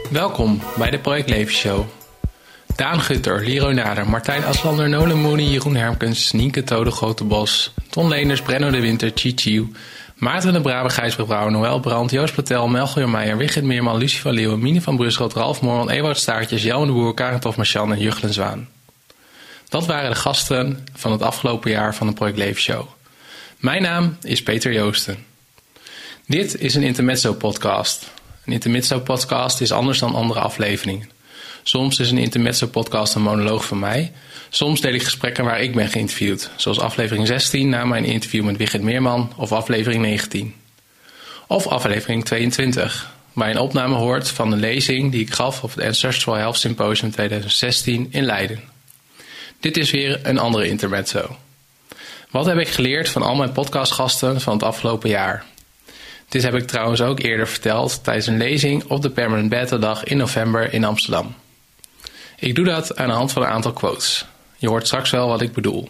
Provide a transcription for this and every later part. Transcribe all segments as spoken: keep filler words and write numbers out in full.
Welkom bij de Project Leven Show. Daan Gutter, Leroy Nader, Martijn Aslander, Nolan Mooney, Jeroen Hermkens, Nienke Tode Grotebos, Ton Leenders, Brenno de Winter, Chi Chiu, Maarten de Brabe, Gijsbert Brouwer, Noël Brandt, Joost Platel, Melchior Meijer, Wigert Meerman, Lucie van Leeuwen, Mine van Brusschot, Ralf Moorman, Ewout Staartjes, Johan de Boer, Karen Tof Marchand en Juchlen Zwaan. Dat waren de gasten van het afgelopen jaar van de Project Leven Show. Mijn naam is Peter Joosten. Dit is een intermezzo podcast. Een intermezzo podcast is anders dan andere afleveringen. Soms is een intermezzo podcast een monoloog van mij. Soms deel ik gesprekken waar ik ben geïnterviewd. Zoals aflevering zestien na mijn interview met Wigert Meerman of aflevering negentien. Of aflevering tweeëntwintig, waar je een opname hoort van een lezing die ik gaf op het Ancestral Health Symposium twintig zestien in Leiden. Dit is weer een andere intermezzo. Wat heb ik geleerd van al mijn podcastgasten van het afgelopen jaar? Dit heb ik trouwens ook eerder verteld tijdens een lezing op de Permanent Beta Dag in november in Amsterdam. Ik doe dat aan de hand van een aantal quotes. Je hoort straks wel wat ik bedoel.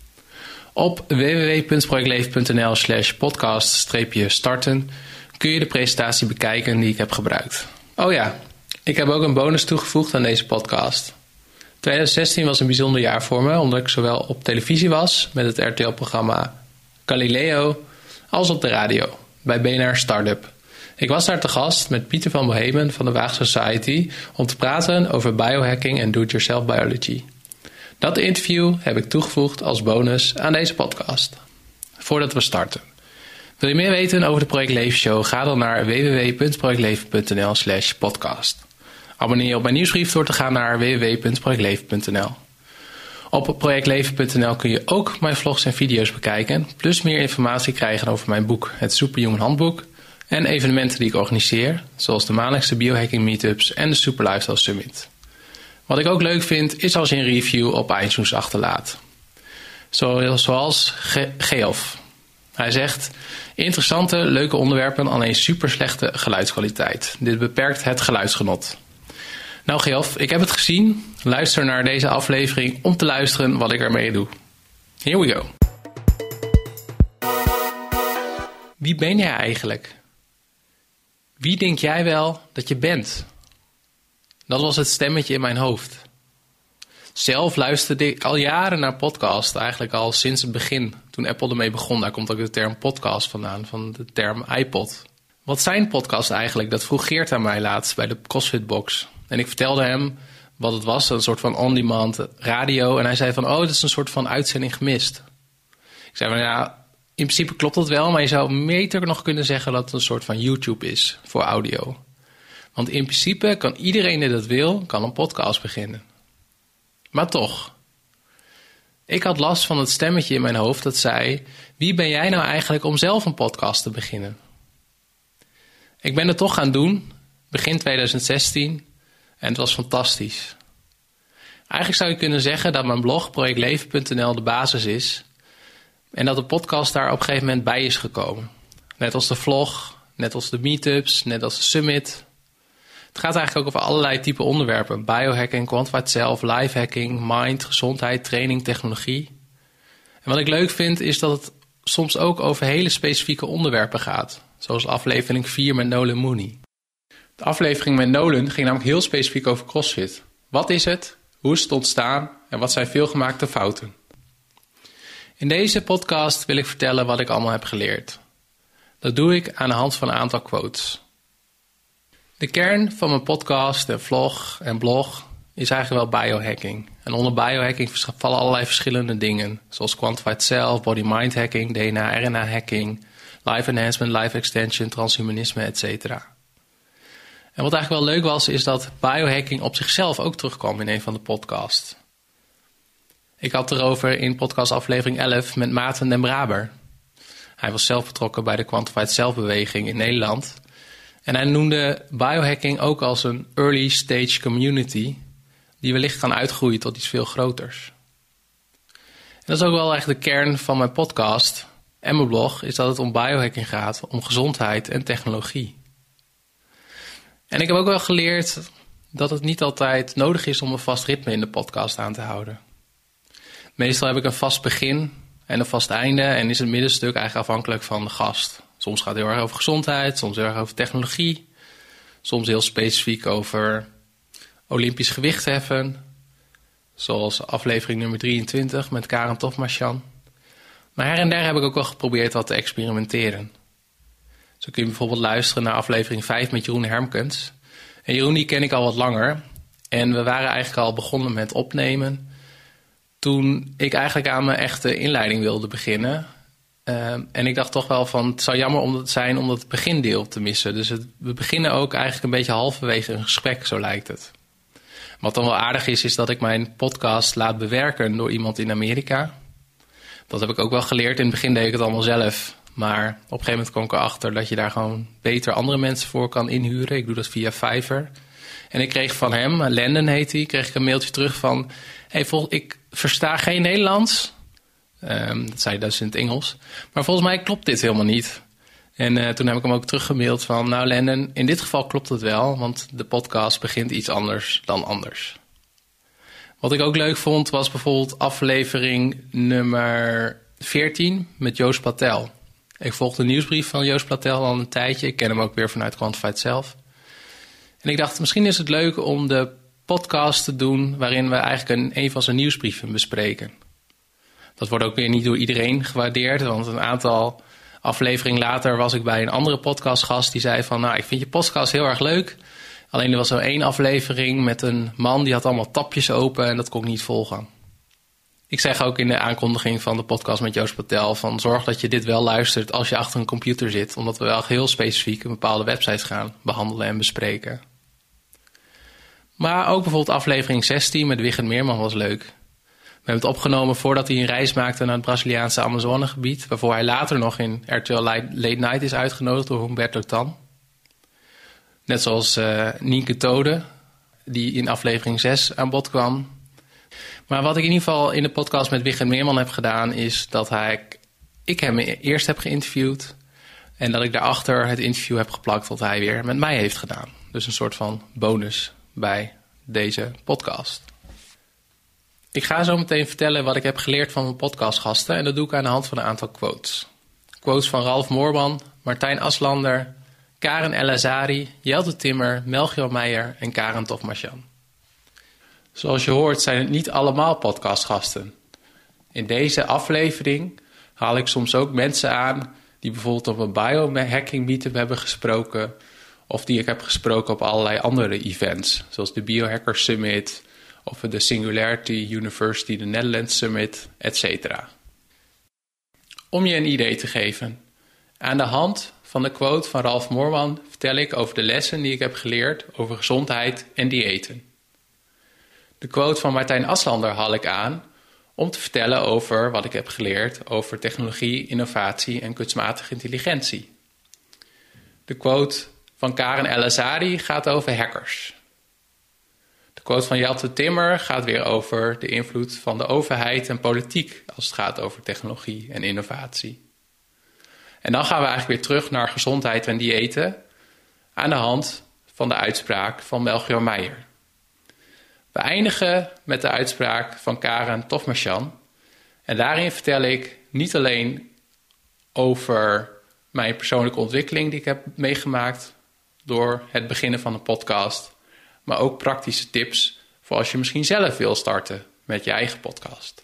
Op w w w punt projectleven punt n l slash podcast starten kun je de presentatie bekijken die ik heb gebruikt. Oh ja, ik heb ook een bonus toegevoegd aan deze podcast. twintig zestien was een bijzonder jaar voor me, omdat ik zowel op televisie was met het R T L-programma Galileo als op de radio bij B N R Startup. Ik was daar te gast met Pieter van Bohemen van de Waag Society om te praten over biohacking en do-it-yourself biology. Dat interview heb ik toegevoegd als bonus aan deze podcast. Voordat we starten. Wil je meer weten over de Project Leven Show? Ga dan naar w w w punt projectleven punt n l slash podcast. Abonneer je op mijn nieuwsbrief door te gaan naar w w w punt projectleven punt n l. Op projectleven punt n l kun je ook mijn vlogs en video's bekijken, plus meer informatie krijgen over mijn boek, het Superhuman Handboek, en evenementen die ik organiseer, zoals de maandelijkse biohacking meetups en de Super Lifestyle Summit. Wat ik ook leuk vind, is als je een review op iTunes achterlaat. Zoals Geoff. Hij zegt, interessante, leuke onderwerpen, alleen super slechte geluidskwaliteit. Dit beperkt het geluidsgenot. Nou Geoff, ik heb het gezien. Luister naar deze aflevering om te luisteren wat ik ermee doe. Here we go. Wie ben jij eigenlijk? Wie denk jij wel dat je bent? Dat was het stemmetje in mijn hoofd. Zelf luisterde ik al jaren naar podcast, eigenlijk al sinds het begin. Toen Apple ermee begon, daar komt ook de term podcast vandaan, van de term iPod. Wat zijn podcasts eigenlijk? Dat vroeg Geert aan mij laatst bij de CrossFit Box. En ik vertelde hem wat het was, een soort van on-demand radio. En hij zei van, oh, dat is een soort van uitzending gemist. Ik zei van, ja, in principe klopt dat wel, maar je zou beter nog kunnen zeggen dat het een soort van YouTube is voor audio. Want in principe kan iedereen die dat wil, kan een podcast beginnen. Maar toch, ik had last van het stemmetje in mijn hoofd dat zei, wie ben jij nou eigenlijk om zelf een podcast te beginnen? Ik ben het toch gaan doen, begin twintig zestien, en het was fantastisch. Eigenlijk zou je kunnen zeggen dat mijn blog projectleven punt n l de basis is en dat de podcast daar op een gegeven moment bij is gekomen. Net als de vlog, net als de meetups, net als de summit. Het gaat eigenlijk ook over allerlei type onderwerpen. Biohacking, quantified self, lifehacking, mind, gezondheid, training, technologie. En wat ik leuk vind is dat het soms ook over hele specifieke onderwerpen gaat. Zoals aflevering vier met Nolan Mooney. De aflevering met Nolan ging namelijk heel specifiek over CrossFit. Wat is het? Hoe is het ontstaan? En wat zijn veelgemaakte fouten? In deze podcast wil ik vertellen wat ik allemaal heb geleerd. Dat doe ik aan de hand van een aantal quotes. De kern van mijn podcast en vlog en blog is eigenlijk wel biohacking. En onder biohacking vallen allerlei verschillende dingen. Zoals quantified self, body-mind hacking, D N A R N A hacking, life enhancement, life extension, transhumanisme, et cetera. En wat eigenlijk wel leuk was, is dat biohacking op zichzelf ook terugkwam in een van de podcasts. Ik had erover in podcast aflevering elf met Maarten den Braber. Hij was zelf betrokken bij de Quantified Self-beweging in Nederland. En hij noemde biohacking ook als een early stage community die wellicht kan uitgroeien tot iets veel groters. En dat is ook wel echt de kern van mijn podcast en mijn blog, is dat het om biohacking gaat, om gezondheid en technologie. En ik heb ook wel geleerd dat het niet altijd nodig is om een vast ritme in de podcast aan te houden. Meestal heb ik een vast begin en een vast einde en is het middenstuk eigenlijk afhankelijk van de gast. Soms gaat het heel erg over gezondheid, soms heel erg over technologie. Soms heel specifiek over Olympisch gewichtheffen. Zoals aflevering nummer drieëntwintig met Karen Tofmarsan. Maar her en der heb ik ook wel geprobeerd wat te experimenteren. Zo kun je bijvoorbeeld luisteren naar aflevering vijf met Jeroen Hermkens. En Jeroen die ken ik al wat langer. En we waren eigenlijk al begonnen met opnemen toen ik eigenlijk aan mijn echte inleiding wilde beginnen. Uh, en ik dacht toch wel van, het zou jammer om het zijn om dat begindeel te missen. Dus het, we beginnen ook eigenlijk een beetje halverwege een gesprek, zo lijkt het. Wat dan wel aardig is, is dat ik mijn podcast laat bewerken door iemand in Amerika. Dat heb ik ook wel geleerd. In het begin deed ik het allemaal zelf. Maar op een gegeven moment kwam ik erachter dat je daar gewoon beter andere mensen voor kan inhuren. Ik doe dat via Fiverr. En ik kreeg van hem, Landon heet hij, kreeg ik een mailtje terug van, hey, vol, ik versta geen Nederlands. Um, dat zei hij dus in het Engels. Maar volgens mij klopt dit helemaal niet. En uh, toen heb ik hem ook teruggemaild van, nou Landon, in dit geval klopt het wel, want de podcast begint iets anders dan anders. Wat ik ook leuk vond was bijvoorbeeld aflevering nummer veertien met Joost Platel. Ik volg de nieuwsbrief van Joost Platel al een tijdje. Ik ken hem ook weer vanuit Quantified zelf. En ik dacht, misschien is het leuk om de podcast te doen waarin we eigenlijk een, een van zijn nieuwsbrieven bespreken. Dat wordt ook weer niet door iedereen gewaardeerd, want een aantal afleveringen later was ik bij een andere podcastgast die zei van, nou, ik vind je podcast heel erg leuk. Alleen er was zo één aflevering met een man die had allemaal tapjes open en dat kon ik niet volgen. Ik zeg ook in de aankondiging van de podcast met Joost Patel van, zorg dat je dit wel luistert als je achter een computer zit, omdat we wel heel specifiek een bepaalde websites gaan behandelen en bespreken. Maar ook bijvoorbeeld aflevering zestien met Wigert Meerman was leuk. We hebben het opgenomen voordat hij een reis maakte naar het Braziliaanse Amazonegebied, waarvoor hij later nog in R T L Late Night is uitgenodigd door Humberto Tan. Net zoals uh, Nienke Tode, die in aflevering zes aan bod kwam. Maar wat ik in ieder geval in de podcast met Wigert Meerman heb gedaan, is dat hij, ik hem eerst heb geïnterviewd en dat ik daarachter het interview heb geplakt wat hij weer met mij heeft gedaan. Dus een soort van bonus bij deze podcast. Ik ga zo meteen vertellen wat ik heb geleerd van mijn podcastgasten en dat doe ik aan de hand van een aantal quotes. Quotes van Ralf Moorman, Martijn Aslander, Karen El Azari, Jelte Timmer, Melchior Meijer en Karen Tofmarsan. Zoals je hoort zijn het niet allemaal podcastgasten. In deze aflevering haal ik soms ook mensen aan die bijvoorbeeld op een biohacking meetup hebben gesproken of die ik heb gesproken op allerlei andere events, zoals de Biohacker Summit of de Singularity University, de Netherlands Summit, et cetera. Om je een idee te geven, aan de hand van de quote van Ralf Moorman vertel ik over de lessen die ik heb geleerd over gezondheid en diëten. De quote van Martijn Aslander haal ik aan om te vertellen over wat ik heb geleerd over technologie, innovatie en kunstmatige intelligentie. De quote van Karen El Azari gaat over hackers. De quote van Jelte Timmer gaat weer over de invloed van de overheid en politiek als het gaat over technologie en innovatie. En dan gaan we eigenlijk weer terug naar gezondheid en diëten aan de hand van de uitspraak van Melchior Meijer. We eindigen met de uitspraak van Karen Tofmarsan. En daarin vertel ik niet alleen over mijn persoonlijke ontwikkeling die ik heb meegemaakt door het beginnen van een podcast, maar ook praktische tips voor als je misschien zelf wil starten met je eigen podcast.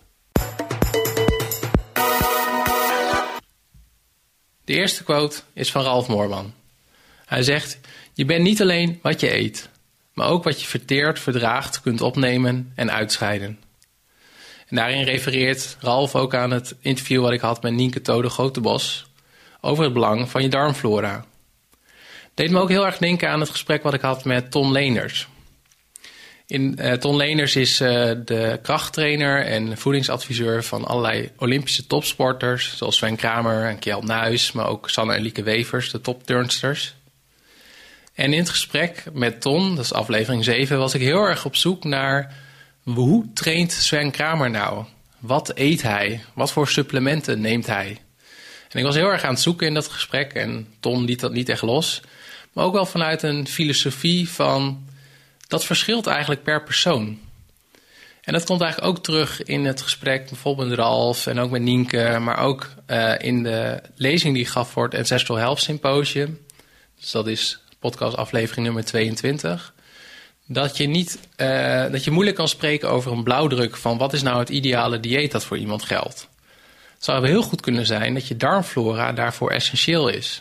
De eerste quote is van Ralf Moorman. Hij zegt, je bent niet alleen wat je eet, maar ook wat je verteert, verdraagt, kunt opnemen en uitscheiden. En daarin refereert Ralf ook aan het interview wat ik had met Nienke Tode Grotebos over het belang van je darmflora. Deed me ook heel erg denken aan het gesprek wat ik had met Ton Leenders. In, uh, Ton Leenders is uh, de krachttrainer en voedingsadviseur van allerlei Olympische topsporters, zoals Sven Kramer en Kjeld Nuis, maar ook Sanne en Lieke Wevers, de topturnsters. En in het gesprek met Ton, dat is aflevering zeven, was ik heel erg op zoek naar hoe traint Sven Kramer nou? Wat eet hij? Wat voor supplementen neemt hij? En ik was heel erg aan het zoeken in dat gesprek en Ton liet dat niet echt los. Maar ook wel vanuit een filosofie van, dat verschilt eigenlijk per persoon. En dat komt eigenlijk ook terug in het gesprek bijvoorbeeld met Ralf en ook met Nienke, maar ook uh, in de lezing die ik gaf voor het Ancestral Health Symposium. Dus dat is podcast aflevering nummer tweeëntwintig... dat je, niet, uh, dat je moeilijk kan spreken over een blauwdruk van wat is nou het ideale dieet dat voor iemand geldt. Het zou heel goed kunnen zijn dat je darmflora daarvoor essentieel is.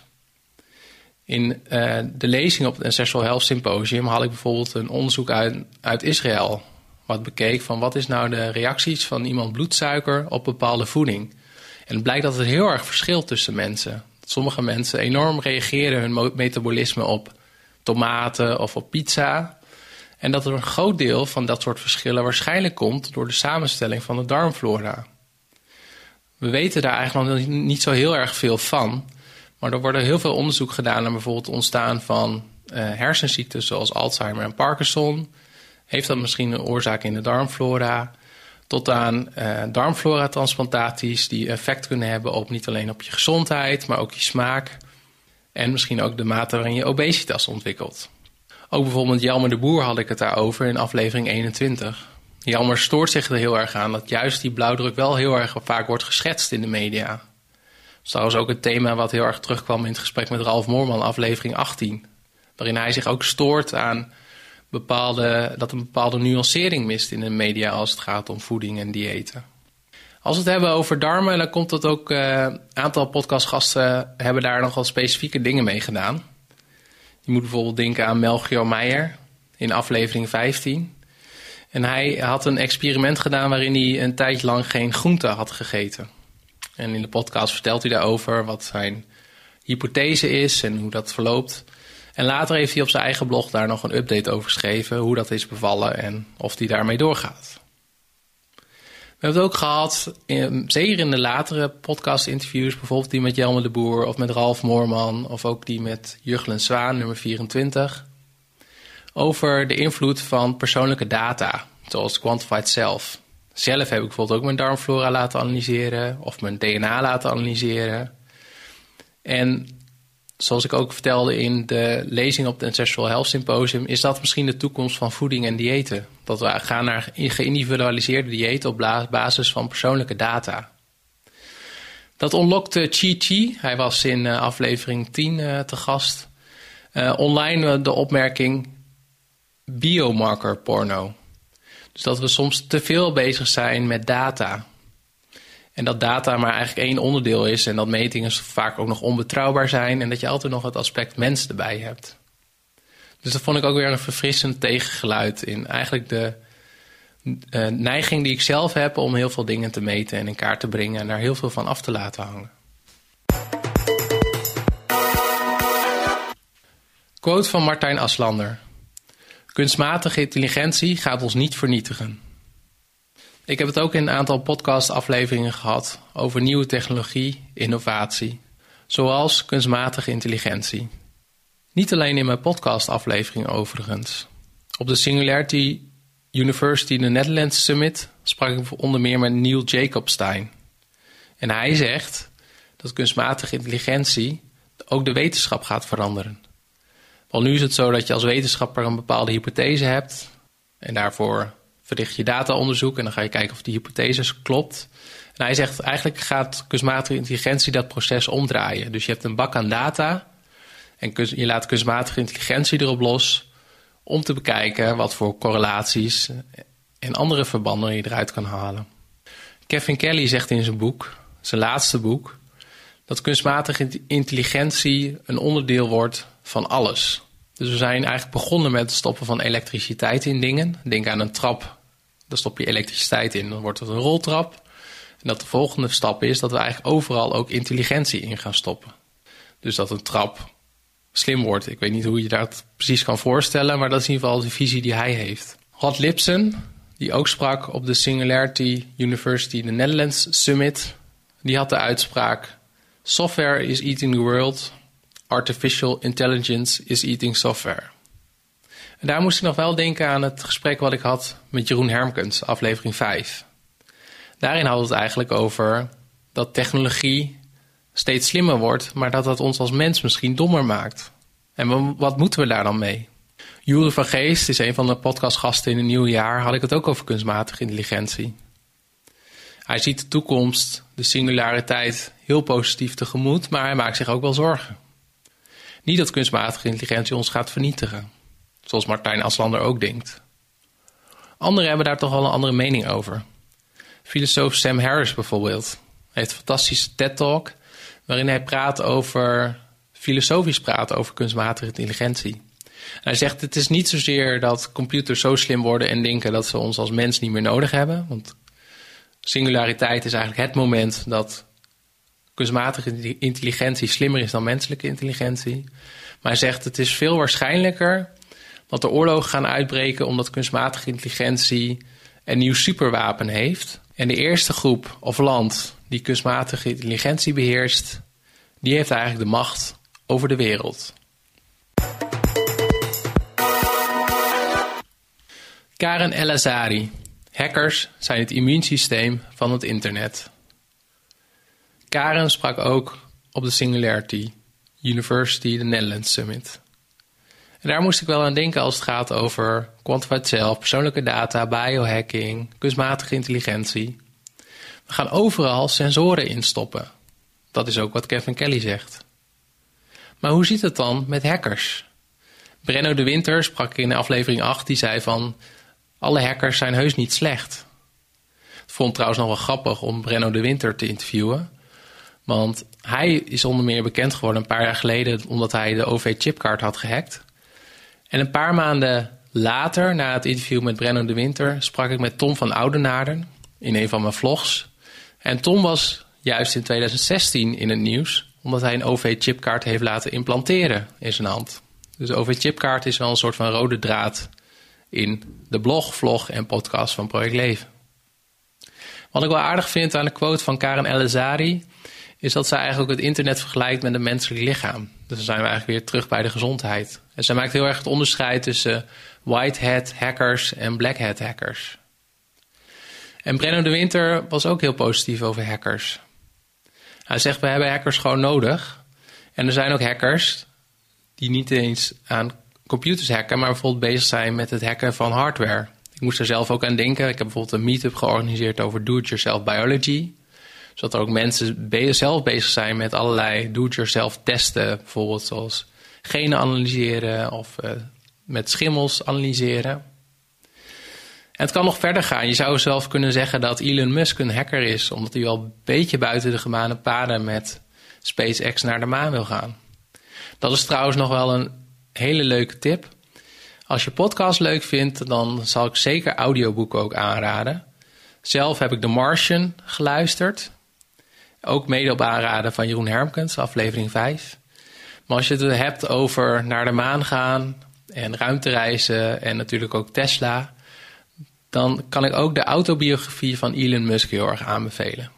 In uh, de lezing op het Ancestral Health Symposium had ik bijvoorbeeld een onderzoek uit, uit Israël, wat bekeek van wat is nou de reacties van iemand bloedsuiker op bepaalde voeding. En het blijkt dat het heel erg verschilt tussen mensen. Sommige mensen enorm reageren hun metabolisme op tomaten of op pizza. En dat er een groot deel van dat soort verschillen waarschijnlijk komt door de samenstelling van de darmflora. We weten daar eigenlijk nog niet zo heel erg veel van. Maar er wordt heel veel onderzoek gedaan naar bijvoorbeeld het ontstaan van uh, hersenziekten zoals Alzheimer en Parkinson. Heeft dat misschien een oorzaak in de darmflora? Tot aan uh, darmflora-transplantaties die effect kunnen hebben op niet alleen op je gezondheid, maar ook je smaak. En misschien ook de mate waarin je obesitas ontwikkelt. Ook bijvoorbeeld Jelmer de Boer had ik het daarover in aflevering eenentwintig. Jelmer stoort zich er heel erg aan dat juist die blauwdruk wel heel erg vaak wordt geschetst in de media. Dat is trouwens ook het thema wat heel erg terugkwam in het gesprek met Ralf Moorman, aflevering achttien. Waarin hij zich ook stoort aan bepaalde, dat een bepaalde nuancering mist in de media als het gaat om voeding en diëten. Als we het hebben over darmen, dan komt dat ook een uh, aantal podcastgasten hebben daar nog wat specifieke dingen mee gedaan. Je moet bijvoorbeeld denken aan Melchior Meijer in aflevering vijftien. En hij had een experiment gedaan waarin hij een tijdje lang geen groente had gegeten. En in de podcast vertelt hij daarover wat zijn hypothese is en hoe dat verloopt. En later heeft hij op zijn eigen blog daar nog een update over geschreven, hoe dat is bevallen en of hij daarmee doorgaat. We hebben het ook gehad, in, zeker in de latere podcast-interviews, bijvoorbeeld die met Jelmer de Boer of met Ralf Moorman of ook die met Jurgen Zwaan, nummer vierentwintig, over de invloed van persoonlijke data, zoals Quantified Self. Zelf heb ik bijvoorbeeld ook mijn darmflora laten analyseren of mijn D N A laten analyseren. En zoals ik ook vertelde in de lezing op het Ancestral Health Symposium, is dat misschien de toekomst van voeding en diëten. Dat we gaan naar geïndividualiseerde diëten op basis van persoonlijke data. Dat ontlokte Chi Chi, hij was in uh, aflevering tien uh, te gast, uh, online uh, de opmerking biomarker porno. Dus dat we soms te veel bezig zijn met data. En dat data maar eigenlijk één onderdeel is en dat metingen vaak ook nog onbetrouwbaar zijn en dat je altijd nog het aspect mens erbij hebt. Dus dat vond ik ook weer een verfrissend tegengeluid in eigenlijk de uh, neiging die ik zelf heb om heel veel dingen te meten en in kaart te brengen en daar heel veel van af te laten hangen. Quote van Martijn Aslander. Kunstmatige intelligentie gaat ons niet vernietigen. Ik heb het ook in een aantal podcastafleveringen gehad over nieuwe technologie, innovatie, zoals kunstmatige intelligentie. Niet alleen in mijn podcastaflevering overigens. Op de Singularity University in the Netherlands Summit sprak ik onder meer met Neil Jacobstein. En hij zegt dat kunstmatige intelligentie ook de wetenschap gaat veranderen. Want nu is het zo dat je als wetenschapper een bepaalde hypothese hebt en daarvoor verricht je dataonderzoek en dan ga je kijken of die hypothese klopt. En hij zegt eigenlijk gaat kunstmatige intelligentie dat proces omdraaien. Dus je hebt een bak aan data en je laat kunstmatige intelligentie erop los om te bekijken wat voor correlaties en andere verbanden je eruit kan halen. Kevin Kelly zegt in zijn boek, zijn laatste boek, dat kunstmatige intelligentie een onderdeel wordt van alles. Dus we zijn eigenlijk begonnen met het stoppen van elektriciteit in dingen. Denk aan een trap, daar stop je elektriciteit in, dan wordt het een roltrap. En dat de volgende stap is dat we eigenlijk overal ook intelligentie in gaan stoppen. Dus dat een trap slim wordt. Ik weet niet hoe je dat precies kan voorstellen, maar dat is in ieder geval de visie die hij heeft. Rod Lipson, die ook sprak op de Singularity University in the Netherlands Summit, die had de uitspraak: Software is eating the world, artificial intelligence is eating software. En daar moest ik nog wel denken aan het gesprek wat ik had met Jeroen Hermkens, aflevering vijf. Daarin hadden we het eigenlijk over dat technologie steeds slimmer wordt, maar dat dat ons als mens misschien dommer maakt. En wat moeten we daar dan mee? Jure van Geest is een van de podcastgasten in het nieuwe jaar, had ik het ook over kunstmatige intelligentie. Hij ziet de toekomst, de singulariteit, heel positief tegemoet, maar hij maakt zich ook wel zorgen. Niet dat kunstmatige intelligentie ons gaat vernietigen. Zoals Martijn Aslander ook denkt. Anderen hebben daar toch wel een andere mening over. Filosoof Sam Harris bijvoorbeeld heeft een fantastische TED-talk waarin hij praat over, filosofisch praat over kunstmatige intelligentie. En hij zegt, het is niet zozeer dat computers zo slim worden en denken dat ze ons als mens niet meer nodig hebben. Want singulariteit is eigenlijk het moment dat kunstmatige intelligentie slimmer is dan menselijke intelligentie. Maar hij zegt, het is veel waarschijnlijker dat er oorlogen gaan uitbreken omdat kunstmatige intelligentie een nieuw superwapen heeft. En de eerste groep of land die kunstmatige intelligentie beheerst, die heeft eigenlijk de macht over de wereld. Karen El-Azhari. Hackers zijn het immuunsysteem van het internet. Karen sprak ook op de Singularity University, de Netherlands Summit. En daar moest ik wel aan denken als het gaat over quantified self, persoonlijke data, biohacking, kunstmatige intelligentie. We gaan overal sensoren instoppen. Dat is ook wat Kevin Kelly zegt. Maar hoe zit het dan met hackers? Brenno de Winter sprak in aflevering acht, die zei van, alle hackers zijn heus niet slecht. Ik vond het trouwens nog wel grappig om Brenno de Winter te interviewen. Want hij is onder meer bekend geworden een paar jaar geleden omdat hij de O V-chipkaart had gehackt. En een paar maanden later, na het interview met Brenno de Winter, sprak ik met Tom van Oudenaarden in een van mijn vlogs. En Tom was juist in twintig zestien in het nieuws omdat hij een O V-chipkaart heeft laten implanteren in zijn hand. Dus de O V-chipkaart is wel een soort van rode draad in de blog, vlog en podcast van Project Leven. Wat ik wel aardig vind aan de quote van Karen El-Azhari is dat zij eigenlijk ook het internet vergelijkt met een menselijk lichaam. Dus dan zijn we eigenlijk weer terug bij de gezondheid. En zij maakt heel erg het onderscheid tussen white hat hackers en black hat hackers. En Brenno de Winter was ook heel positief over hackers. Hij zegt, we hebben hackers gewoon nodig. En er zijn ook hackers die niet eens aan computers hacken, maar bijvoorbeeld bezig zijn met het hacken van hardware. Ik moest er zelf ook aan denken. Ik heb bijvoorbeeld een meetup georganiseerd over do-it-yourself biology. Zodat er ook mensen be- zelf bezig zijn met allerlei do-it-yourself testen. Bijvoorbeeld zoals genen analyseren of uh, met schimmels analyseren. En het kan nog verder gaan. Je zou zelf kunnen zeggen dat Elon Musk een hacker is, omdat hij wel een beetje buiten de gebaande paden met SpaceX naar de maan wil gaan. Dat is trouwens nog wel een hele leuke tip. Als je podcast leuk vindt, dan zal ik zeker audioboeken ook aanraden. Zelf heb ik The Martian geluisterd. Ook mede op aanraden van Jeroen Hermkens, aflevering vijf. Maar als je het hebt over naar de maan gaan en ruimtereizen en natuurlijk ook Tesla, dan kan ik ook de autobiografie van Elon Musk heel erg aanbevelen.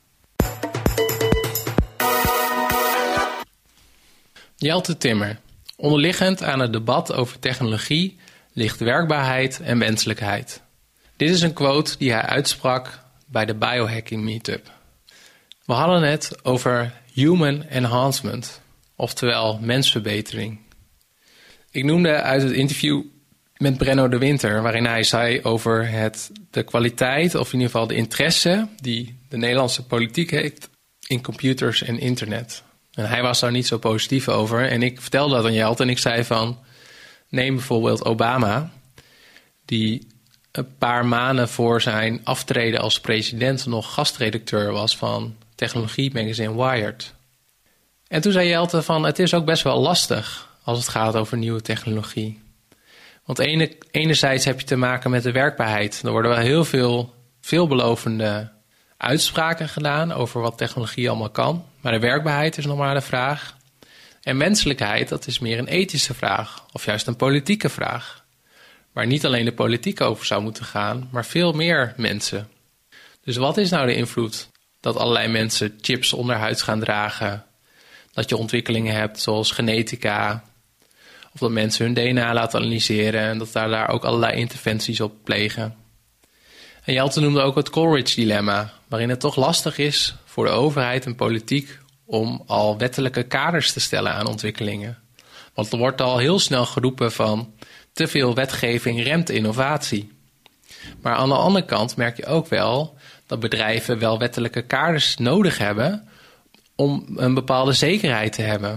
Jelte Timmer. Onderliggend aan het debat over technologie ligt werkbaarheid en wenselijkheid. Dit is een quote die hij uitsprak bij de Biohacking Meetup. We hadden het over human enhancement, oftewel mensverbetering. Ik noemde uit het interview met Brenno de Winter, waarin hij zei over het, de kwaliteit, of in ieder geval de interesse die de Nederlandse politiek heeft in computers en internet. En hij was daar niet zo positief over. En ik vertelde dat aan Jelte en ik zei van, neem bijvoorbeeld Obama, die een paar maanden voor zijn aftreden als president nog gastredacteur was van Technologie Magazine Wired. En toen zei Jelte van, het is ook best wel lastig als het gaat over nieuwe technologie. Want ene, enerzijds heb je te maken met de werkbaarheid. Er worden wel heel veel veelbelovende uitspraken gedaan over wat technologie allemaal kan. Maar de werkbaarheid is nog maar de vraag. En menselijkheid, dat is meer een ethische vraag. Of juist een politieke vraag. Waar niet alleen de politiek over zou moeten gaan, maar veel meer mensen. Dus wat is nou de invloed dat allerlei mensen chips onderhuids gaan dragen? Dat je ontwikkelingen hebt zoals genetica. Of dat mensen hun D N A laten analyseren en dat daar, daar ook allerlei interventies op plegen. En Jelte noemde ook het Coleridge-dilemma, waarin het toch lastig is voor de overheid en politiek om al wettelijke kaders te stellen aan ontwikkelingen. Want er wordt al heel snel geroepen van te veel wetgeving remt innovatie. Maar aan de andere kant merk je ook wel dat bedrijven wel wettelijke kaders nodig hebben om een bepaalde zekerheid te hebben.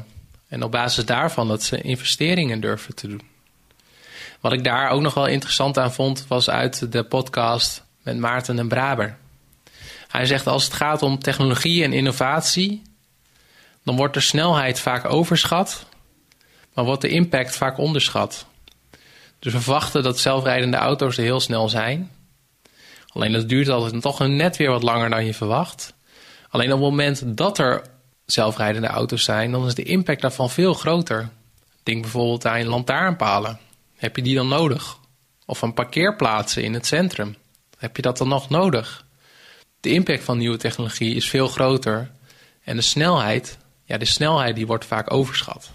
En op basis daarvan dat ze investeringen durven te doen. Wat ik daar ook nog wel interessant aan vond, was uit de podcast met Maarten den Braber. Hij zegt, als het gaat om technologie en innovatie, dan wordt de snelheid vaak overschat, maar wordt de impact vaak onderschat. Dus we verwachten dat zelfrijdende auto's er heel snel zijn. Alleen dat duurt altijd toch net weer wat langer dan je verwacht. Alleen op het moment dat er zelfrijdende auto's zijn, dan is de impact daarvan veel groter. Denk bijvoorbeeld aan lantaarnpalen. Heb je die dan nodig? Of aan parkeerplaatsen in het centrum. Heb je dat dan nog nodig? De impact van nieuwe technologie is veel groter. En de snelheid, ja, de snelheid die wordt vaak overschat.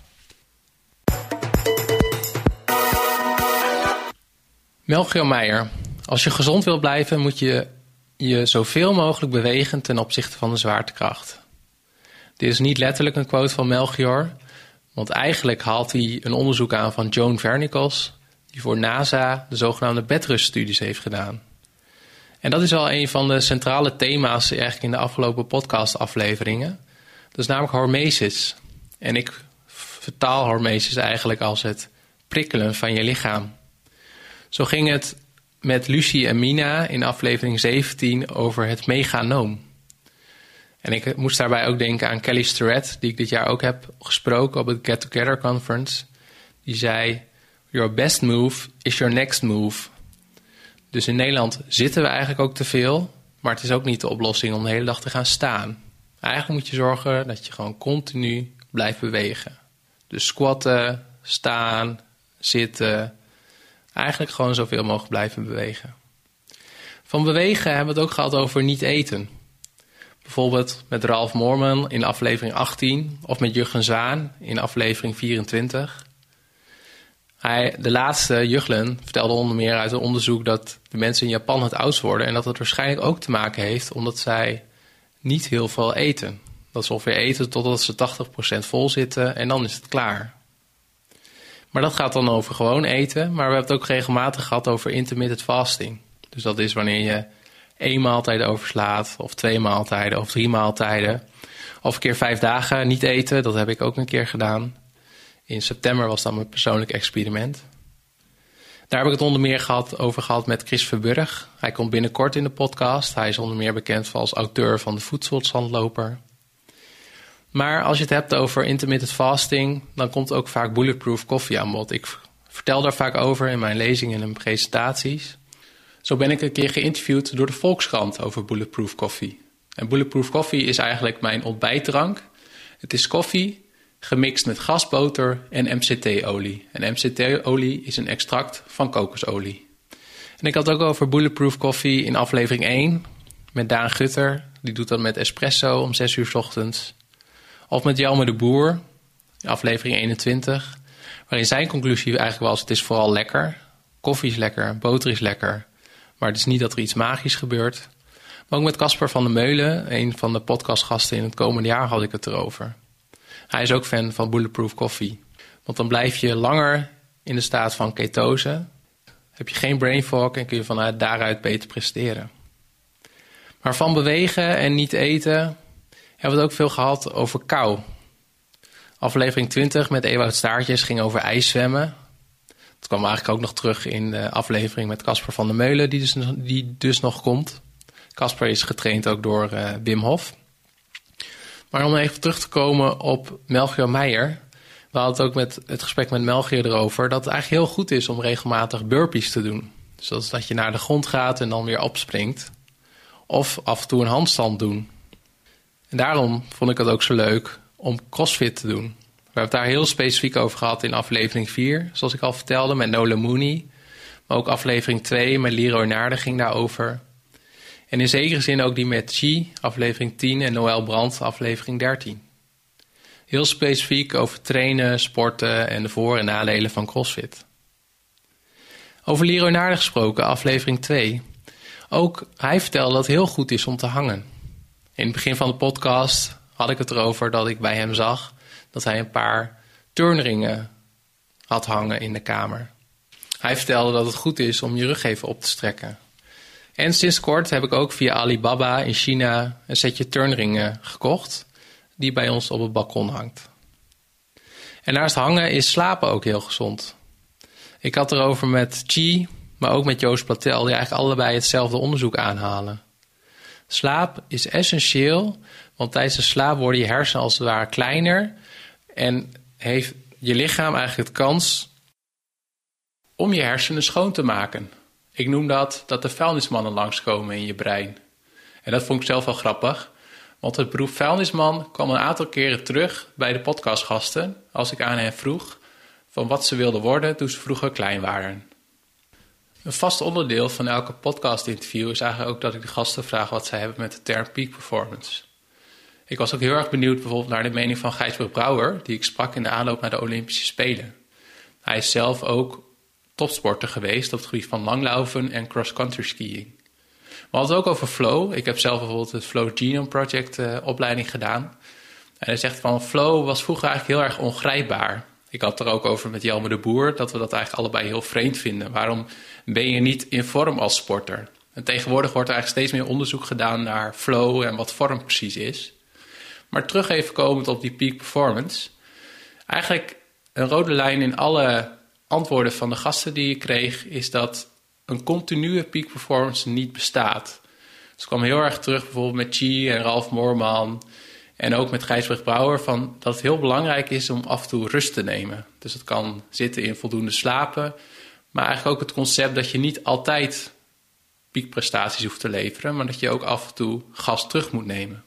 Melchior Meijer. Als je gezond wilt blijven, moet je je zoveel mogelijk bewegen ten opzichte van de zwaartekracht. Dit is niet letterlijk een quote van Melchior, want eigenlijk haalt hij een onderzoek aan van Joan Vernikos, die voor NASA de zogenaamde bedruststudies heeft gedaan. En dat is wel een van de centrale thema's eigenlijk in de afgelopen podcastafleveringen. Dat is namelijk hormesis. En ik vertaal hormesis eigenlijk als het prikkelen van je lichaam. Zo ging het met Lucie en Mina in aflevering zeventien over het meganoom. En ik moest daarbij ook denken aan Kelly Starrett, die ik dit jaar ook heb gesproken op het Get Together Conference. Die zei, your best move is your next move. Dus in Nederland zitten we eigenlijk ook te veel, maar het is ook niet de oplossing om de hele dag te gaan staan. Eigenlijk moet je zorgen dat je gewoon continu blijft bewegen. Dus squatten, staan, zitten, eigenlijk gewoon zoveel mogelijk blijven bewegen. Van bewegen hebben we het ook gehad over niet eten. Bijvoorbeeld met Ralph Moorman in aflevering achttien of met Jurgen Zwaan in aflevering vierentwintig. Hij, de laatste, Jurgen, vertelde onder meer uit een onderzoek dat de mensen in Japan het oudst worden en dat het waarschijnlijk ook te maken heeft omdat zij niet heel veel eten. Dat ze ongeveer eten totdat ze tachtig procent vol zitten en dan is het klaar. Maar dat gaat dan over gewoon eten, maar we hebben het ook regelmatig gehad over intermittent fasting. Dus dat is wanneer je één maaltijd overslaat, of twee maaltijden, of drie maaltijden. Of een keer vijf dagen niet eten, dat heb ik ook een keer gedaan. In september was dat mijn persoonlijk experiment. Daar heb ik het onder meer gehad, over gehad met Chris Verburg. Hij komt binnenkort in de podcast. Hij is onder meer bekend als auteur van de Voedselzandloper. Maar als je het hebt over intermittent fasting, dan komt ook vaak bulletproof koffie aan bod. Ik vertel daar vaak over in mijn lezingen en presentaties. Zo ben ik een keer geïnterviewd door de Volkskrant over bulletproof koffie. En bulletproof koffie is eigenlijk mijn ontbijtdrank. Het is koffie gemixt met gasboter en M C T-olie. En M C T-olie is een extract van kokosolie. En ik had het ook over bulletproof koffie in aflevering één met Daan Gutter. Die doet dat met espresso om zes uur 's ochtends. Of met Jelmer de Boer, in aflevering eenentwintig. Waarin zijn conclusie eigenlijk was, het is vooral lekker. Koffie is lekker, boter is lekker. Maar het is niet dat er iets magisch gebeurt. Maar ook met Casper van der Meulen, een van de podcastgasten in het komende jaar, had ik het erover. Hij is ook fan van bulletproof koffie. Want dan blijf je langer in de staat van ketose. Heb je geen brain fog en kun je vanuit daaruit beter presteren. Maar van bewegen en niet eten hebben we het ook veel gehad over kou. Aflevering twintig met Ewout Staartjes ging over ijszwemmen. Dat kwam eigenlijk ook nog terug in de aflevering met Casper van der Meulen, die dus, die dus nog komt. Casper is getraind ook door uh, Wim Hof. Maar om even terug te komen op Melchior Meijer. We hadden het ook met het gesprek met Melchior erover dat het eigenlijk heel goed is om regelmatig burpees te doen. Dus dat is dat je naar de grond gaat en dan weer opspringt. Of af en toe een handstand doen. En daarom vond ik het ook zo leuk om CrossFit te doen. We hebben het daar heel specifiek over gehad in aflevering vier, zoals ik al vertelde, met Nolan Mooney. Maar ook aflevering twee met Leroy Naarden ging daarover. En in zekere zin ook die met Chi, aflevering tien, en Noël Brandt, aflevering dertien. Heel specifiek over trainen, sporten en de voor- en nadelen van CrossFit. Over Leroy Naarden gesproken, aflevering twee. Ook hij vertelde dat het heel goed is om te hangen. In het begin van de podcast had ik het erover dat ik bij hem zag dat hij een paar turnringen had hangen in de kamer. Hij vertelde dat het goed is om je rug even op te strekken. En sinds kort heb ik ook via Alibaba in China een setje turnringen gekocht die bij ons op het balkon hangt. En naast hangen is slapen ook heel gezond. Ik had erover met Chi, maar ook met Joost Platel, die eigenlijk allebei hetzelfde onderzoek aanhalen. Slaap is essentieel, want tijdens de slaap worden je hersenen als het ware kleiner en heeft je lichaam eigenlijk de kans om je hersenen schoon te maken. Ik noem dat dat de vuilnismannen langskomen in je brein. En dat vond ik zelf wel grappig, want het beroep vuilnisman kwam een aantal keren terug bij de podcastgasten als ik aan hen vroeg van wat ze wilden worden toen ze vroeger klein waren. Een vast onderdeel van elke podcastinterview is eigenlijk ook dat ik de gasten vraag wat zij hebben met de term peak performance. Ik was ook heel erg benieuwd bijvoorbeeld naar de mening van Gijsbert Brouwer, die ik sprak in de aanloop naar de Olympische Spelen. Hij is zelf ook topsporter geweest op het gebied van langlaufen en cross-country skiing. We hadden het ook over flow. Ik heb zelf bijvoorbeeld het Flow Genome Project uh, opleiding gedaan. En hij zegt van flow was vroeger eigenlijk heel erg ongrijpbaar. Ik had het er ook over met Jelme de Boer, dat we dat eigenlijk allebei heel vreemd vinden. Waarom ben je niet in vorm als sporter? En tegenwoordig wordt er eigenlijk steeds meer onderzoek gedaan naar flow en wat vorm precies is. Maar terug even komend op die peak performance. Eigenlijk een rode lijn in alle antwoorden van de gasten die ik kreeg is dat een continue peak performance niet bestaat. Dus ik kwam heel erg terug bijvoorbeeld met Chi en Ralf Moorman en ook met Gijsbert Brouwer van dat het heel belangrijk is om af en toe rust te nemen. Dus het kan zitten in voldoende slapen, maar eigenlijk ook het concept dat je niet altijd piekprestaties hoeft te leveren, maar dat je ook af en toe gas terug moet nemen.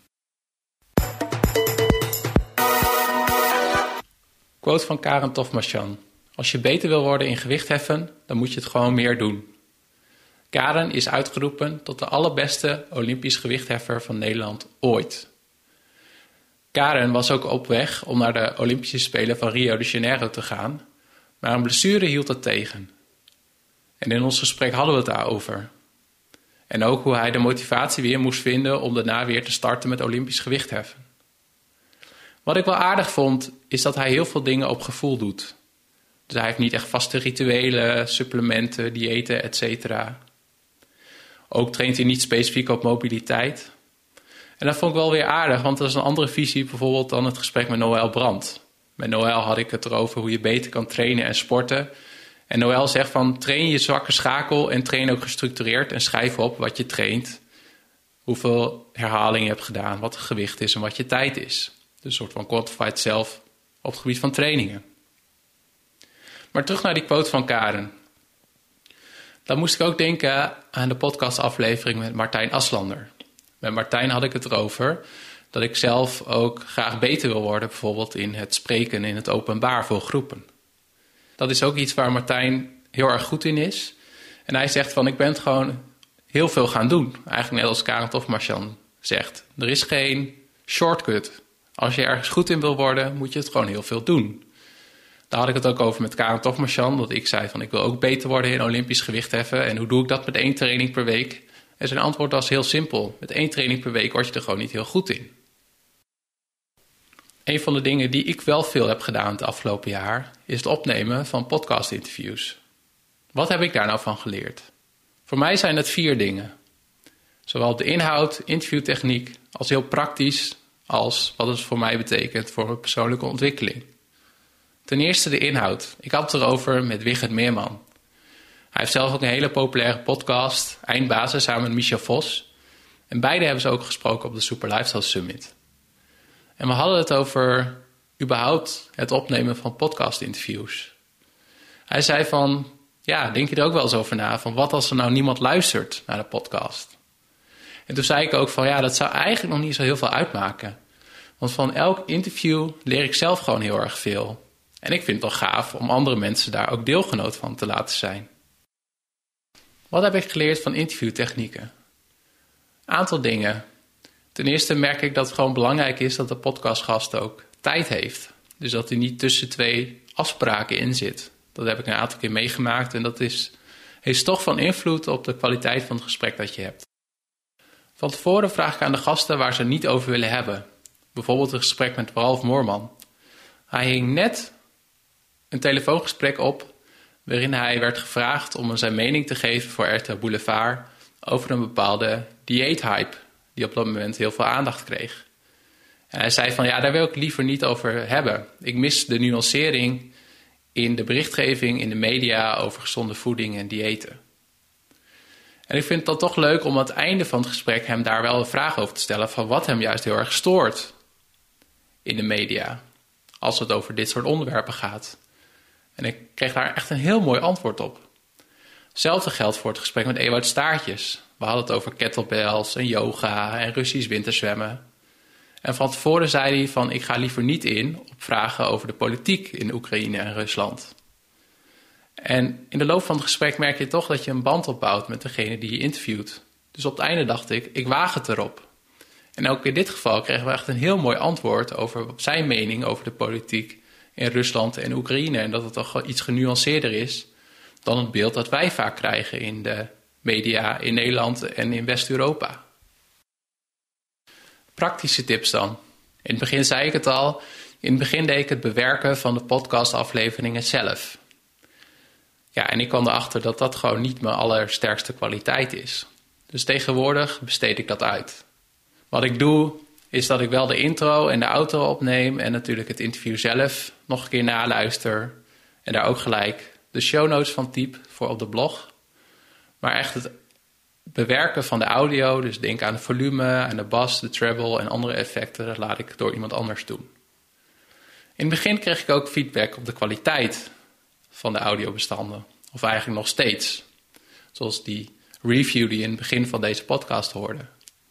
Quote van Karen Tofmachan. Als je beter wil worden in gewichtheffen, dan moet je het gewoon meer doen. Karen is uitgeroepen tot de allerbeste Olympisch gewichtheffer van Nederland ooit. Karen was ook op weg om naar de Olympische Spelen van Rio de Janeiro te gaan, maar een blessure hield dat tegen. En in ons gesprek hadden we het daarover. En ook hoe hij de motivatie weer moest vinden om daarna weer te starten met Olympisch gewichtheffen. Wat ik wel aardig vond, is dat hij heel veel dingen op gevoel doet. Dus hij heeft niet echt vaste rituelen, supplementen, diëten, et cetera. Ook traint hij niet specifiek op mobiliteit. En dat vond ik wel weer aardig, want dat is een andere visie bijvoorbeeld dan het gesprek met Noël Brandt. Met Noël had ik het erover hoe je beter kan trainen en sporten. En Noël zegt van train je zwakke schakel en train ook gestructureerd en schrijf op wat je traint. Hoeveel herhalingen je hebt gedaan, wat het gewicht is en wat je tijd is. Dus een soort van quantified self op het gebied van trainingen. Maar terug naar die quote van Karen. Dan moest ik ook denken aan de podcastaflevering met Martijn Aslander. Met Martijn had ik het erover dat ik zelf ook graag beter wil worden, bijvoorbeeld in het spreken in het openbaar voor groepen. Dat is ook iets waar Martijn heel erg goed in is. En hij zegt van ik ben het gewoon heel veel gaan doen. Eigenlijk net als Karen Tofmachan zegt. Er is geen shortcut. Als je ergens goed in wil worden, moet je het gewoon heel veel doen. Daar had ik het ook over met Karen Tofmachan. Dat ik zei van ik wil ook beter worden in Olympisch gewichtheffen. En hoe doe ik dat met één training per week? En zijn antwoord was heel simpel. Met één training per week word je er gewoon niet heel goed in. Een van de dingen die ik wel veel heb gedaan het afgelopen jaar is het opnemen van podcastinterviews. Wat heb ik daar nou van geleerd? Voor mij zijn het vier dingen. Zowel de inhoud, interviewtechniek, als heel praktisch als wat het voor mij betekent voor mijn persoonlijke ontwikkeling. Ten eerste de inhoud. Ik had het erover met Wigert Meerman. Hij heeft zelf ook een hele populaire podcast, Eindbazen, samen met Michel Vos. En beide hebben ze ook gesproken op de Super Lifestyle Summit. En we hadden het over überhaupt het opnemen van podcastinterviews. Hij zei van, ja, denk je er ook wel eens over na, van wat als er nou niemand luistert naar de podcast? En toen zei ik ook van, ja, dat zou eigenlijk nog niet zo heel veel uitmaken. Want van elk interview leer ik zelf gewoon heel erg veel. En ik vind het wel gaaf om andere mensen daar ook deelgenoot van te laten zijn. Wat heb ik geleerd van interviewtechnieken? Aantal dingen. Ten eerste merk ik dat het gewoon belangrijk is dat de podcastgast ook tijd heeft. Dus dat hij niet tussen twee afspraken in zit. Dat heb ik een aantal keer meegemaakt en dat is, heeft toch van invloed op de kwaliteit van het gesprek dat je hebt. Van tevoren vraag ik aan de gasten waar ze het niet over willen hebben. Bijvoorbeeld een gesprek met Ralf Moorman. Hij hing net een telefoongesprek op waarin hij werd gevraagd om zijn mening te geven voor R T L Boulevard over een bepaalde dieethype die op dat moment heel veel aandacht kreeg. En hij zei van ja, daar wil ik liever niet over hebben. Ik mis de nuancering in de berichtgeving, in de media over gezonde voeding en diëten. En ik vind het dan toch leuk om aan het einde van het gesprek hem daar wel een vraag over te stellen van wat hem juist heel erg stoort in de media, als het over dit soort onderwerpen gaat. En ik kreeg daar echt een heel mooi antwoord op. Hetzelfde geldt voor het gesprek met Ewout Staartjes. We hadden het over kettlebells en yoga en Russisch winterzwemmen. En van tevoren zei hij van ik ga liever niet in op vragen over de politiek in Oekraïne en Rusland. En in de loop van het gesprek merk je toch dat je een band opbouwt met degene die je interviewt. Dus op het einde dacht ik, ik waag het erop. En ook in dit geval kregen we echt een heel mooi antwoord over zijn mening over de politiek in Rusland en Oekraïne. En dat het toch iets genuanceerder is dan het beeld dat wij vaak krijgen in de media in Nederland en in West-Europa. Praktische tips dan. In het begin zei ik het al. In het begin deed ik het bewerken van de podcastafleveringen zelf. Ja, en ik kwam erachter dat dat gewoon niet mijn allersterkste kwaliteit is. Dus tegenwoordig besteed ik dat uit. Wat ik doe, is dat ik wel de intro en de outro opneem en natuurlijk het interview zelf nog een keer naluister. En daar ook gelijk de show notes van typ voor op de blog. Maar echt het bewerken van de audio, dus denk aan het volume, aan de bas, de treble en andere effecten, dat laat ik door iemand anders doen. In het begin kreeg ik ook feedback op de kwaliteit van de audiobestanden. Of eigenlijk nog steeds. Zoals die review die je in het begin van deze podcast hoorde.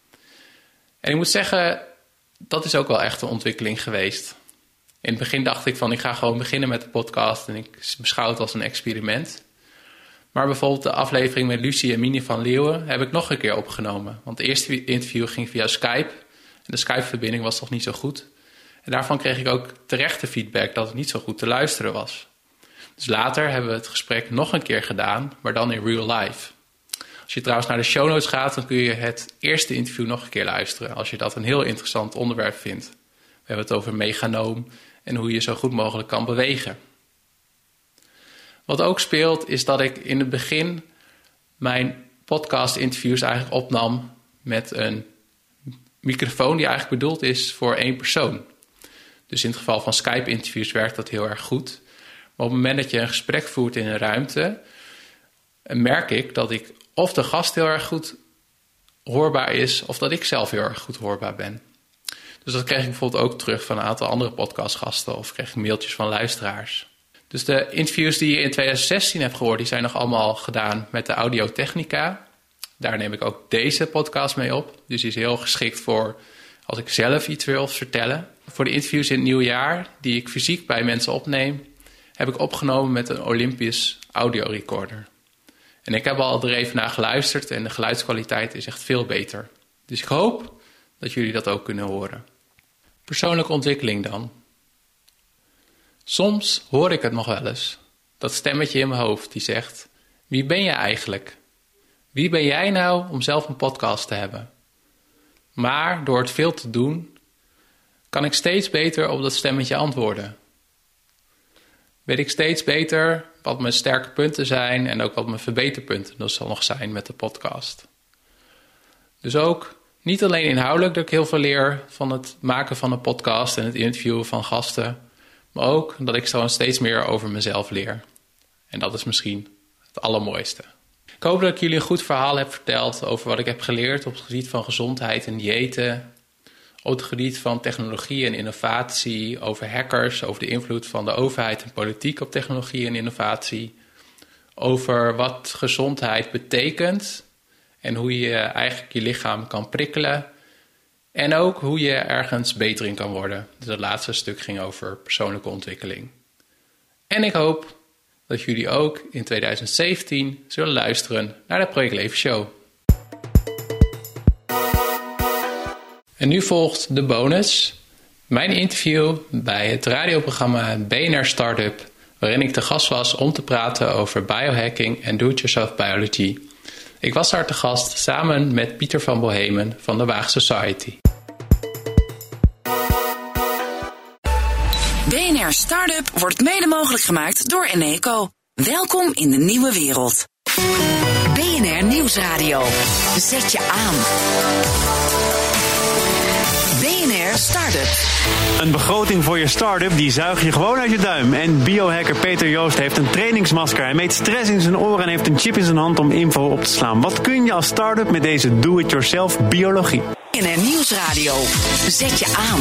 En ik moet zeggen, dat is ook wel echt een ontwikkeling geweest. In het begin dacht ik van ik ga gewoon beginnen met de podcast en ik beschouw het als een experiment. Maar bijvoorbeeld de aflevering met Lucie en Mini van Leeuwen heb ik nog een keer opgenomen. Want het eerste interview ging via Skype. En de Skype-verbinding was toch niet zo goed. En daarvan kreeg ik ook terechte feedback dat het niet zo goed te luisteren was. Dus later hebben we het gesprek nog een keer gedaan, maar dan in real life. Als je trouwens naar de show notes gaat, dan kun je het eerste interview nog een keer luisteren. Als je dat een heel interessant onderwerp vindt. We hebben het over meganoom en hoe je zo goed mogelijk kan bewegen. Wat ook speelt is dat ik in het begin mijn podcast-interviews eigenlijk opnam met een microfoon die eigenlijk bedoeld is voor één persoon. Dus in het geval van Skype-interviews werkt dat heel erg goed. Maar op het moment dat je een gesprek voert in een ruimte, merk ik dat ik of de gast heel erg goed hoorbaar is, of dat ik zelf heel erg goed hoorbaar ben. Dus dat kreeg ik bijvoorbeeld ook terug van een aantal andere podcastgasten, of kreeg ik mailtjes van luisteraars. Dus de interviews die je in twintig zestien hebt gehoord, die zijn nog allemaal gedaan met de Audio-Technica. Daar neem ik ook deze podcast mee op. Dus die is heel geschikt voor als ik zelf iets wil vertellen. Voor de interviews in het nieuwe jaar, die ik fysiek bij mensen opneem, heb ik opgenomen met een Olympus audiorecorder. En ik heb al er even naar geluisterd en de geluidskwaliteit is echt veel beter. Dus ik hoop dat jullie dat ook kunnen horen. Persoonlijke ontwikkeling dan. Soms hoor ik het nog wel eens. Dat stemmetje in mijn hoofd die zegt, wie ben je eigenlijk? Wie ben jij nou om zelf een podcast te hebben? Maar door het veel te doen, kan ik steeds beter op dat stemmetje antwoorden. Weet ik steeds beter wat mijn sterke punten zijn en ook wat mijn verbeterpunten dat zal nog zijn met de podcast. Dus ook niet alleen inhoudelijk dat ik heel veel leer van het maken van een podcast en het interviewen van gasten, maar ook dat ik zo steeds meer over mezelf leer. En dat is misschien het allermooiste. Ik hoop dat ik jullie een goed verhaal heb verteld over wat ik heb geleerd op het gebied van gezondheid en diëten. Op het gebied van technologie en innovatie, over hackers, over de invloed van de overheid en politiek op technologie en innovatie. Over wat gezondheid betekent en hoe je eigenlijk je lichaam kan prikkelen. En ook hoe je ergens beter in kan worden. Dus het laatste stuk ging over persoonlijke ontwikkeling. En ik hoop dat jullie ook in twintig zeventien zullen luisteren naar de Project Leven Show. En nu volgt de bonus. Mijn interview bij het radioprogramma B N R Startup, waarin ik te gast was om te praten over biohacking en do-it-yourself biology. Ik was daar te gast samen met Pieter van Bohemen van de Waag Society. B N R Startup wordt mede mogelijk gemaakt door Eneco. Welkom in de nieuwe wereld. B N R Nieuwsradio. Zet je aan. B N R Startup. Een begroting voor je start-up, die zuig je gewoon uit je duim. En biohacker Peter Joost heeft een trainingsmasker. Hij meet stress in zijn oren en heeft een chip in zijn hand om info op te slaan. Wat kun je als start-up met deze do-it-yourself biologie? B N R Nieuwsradio. Zet je aan.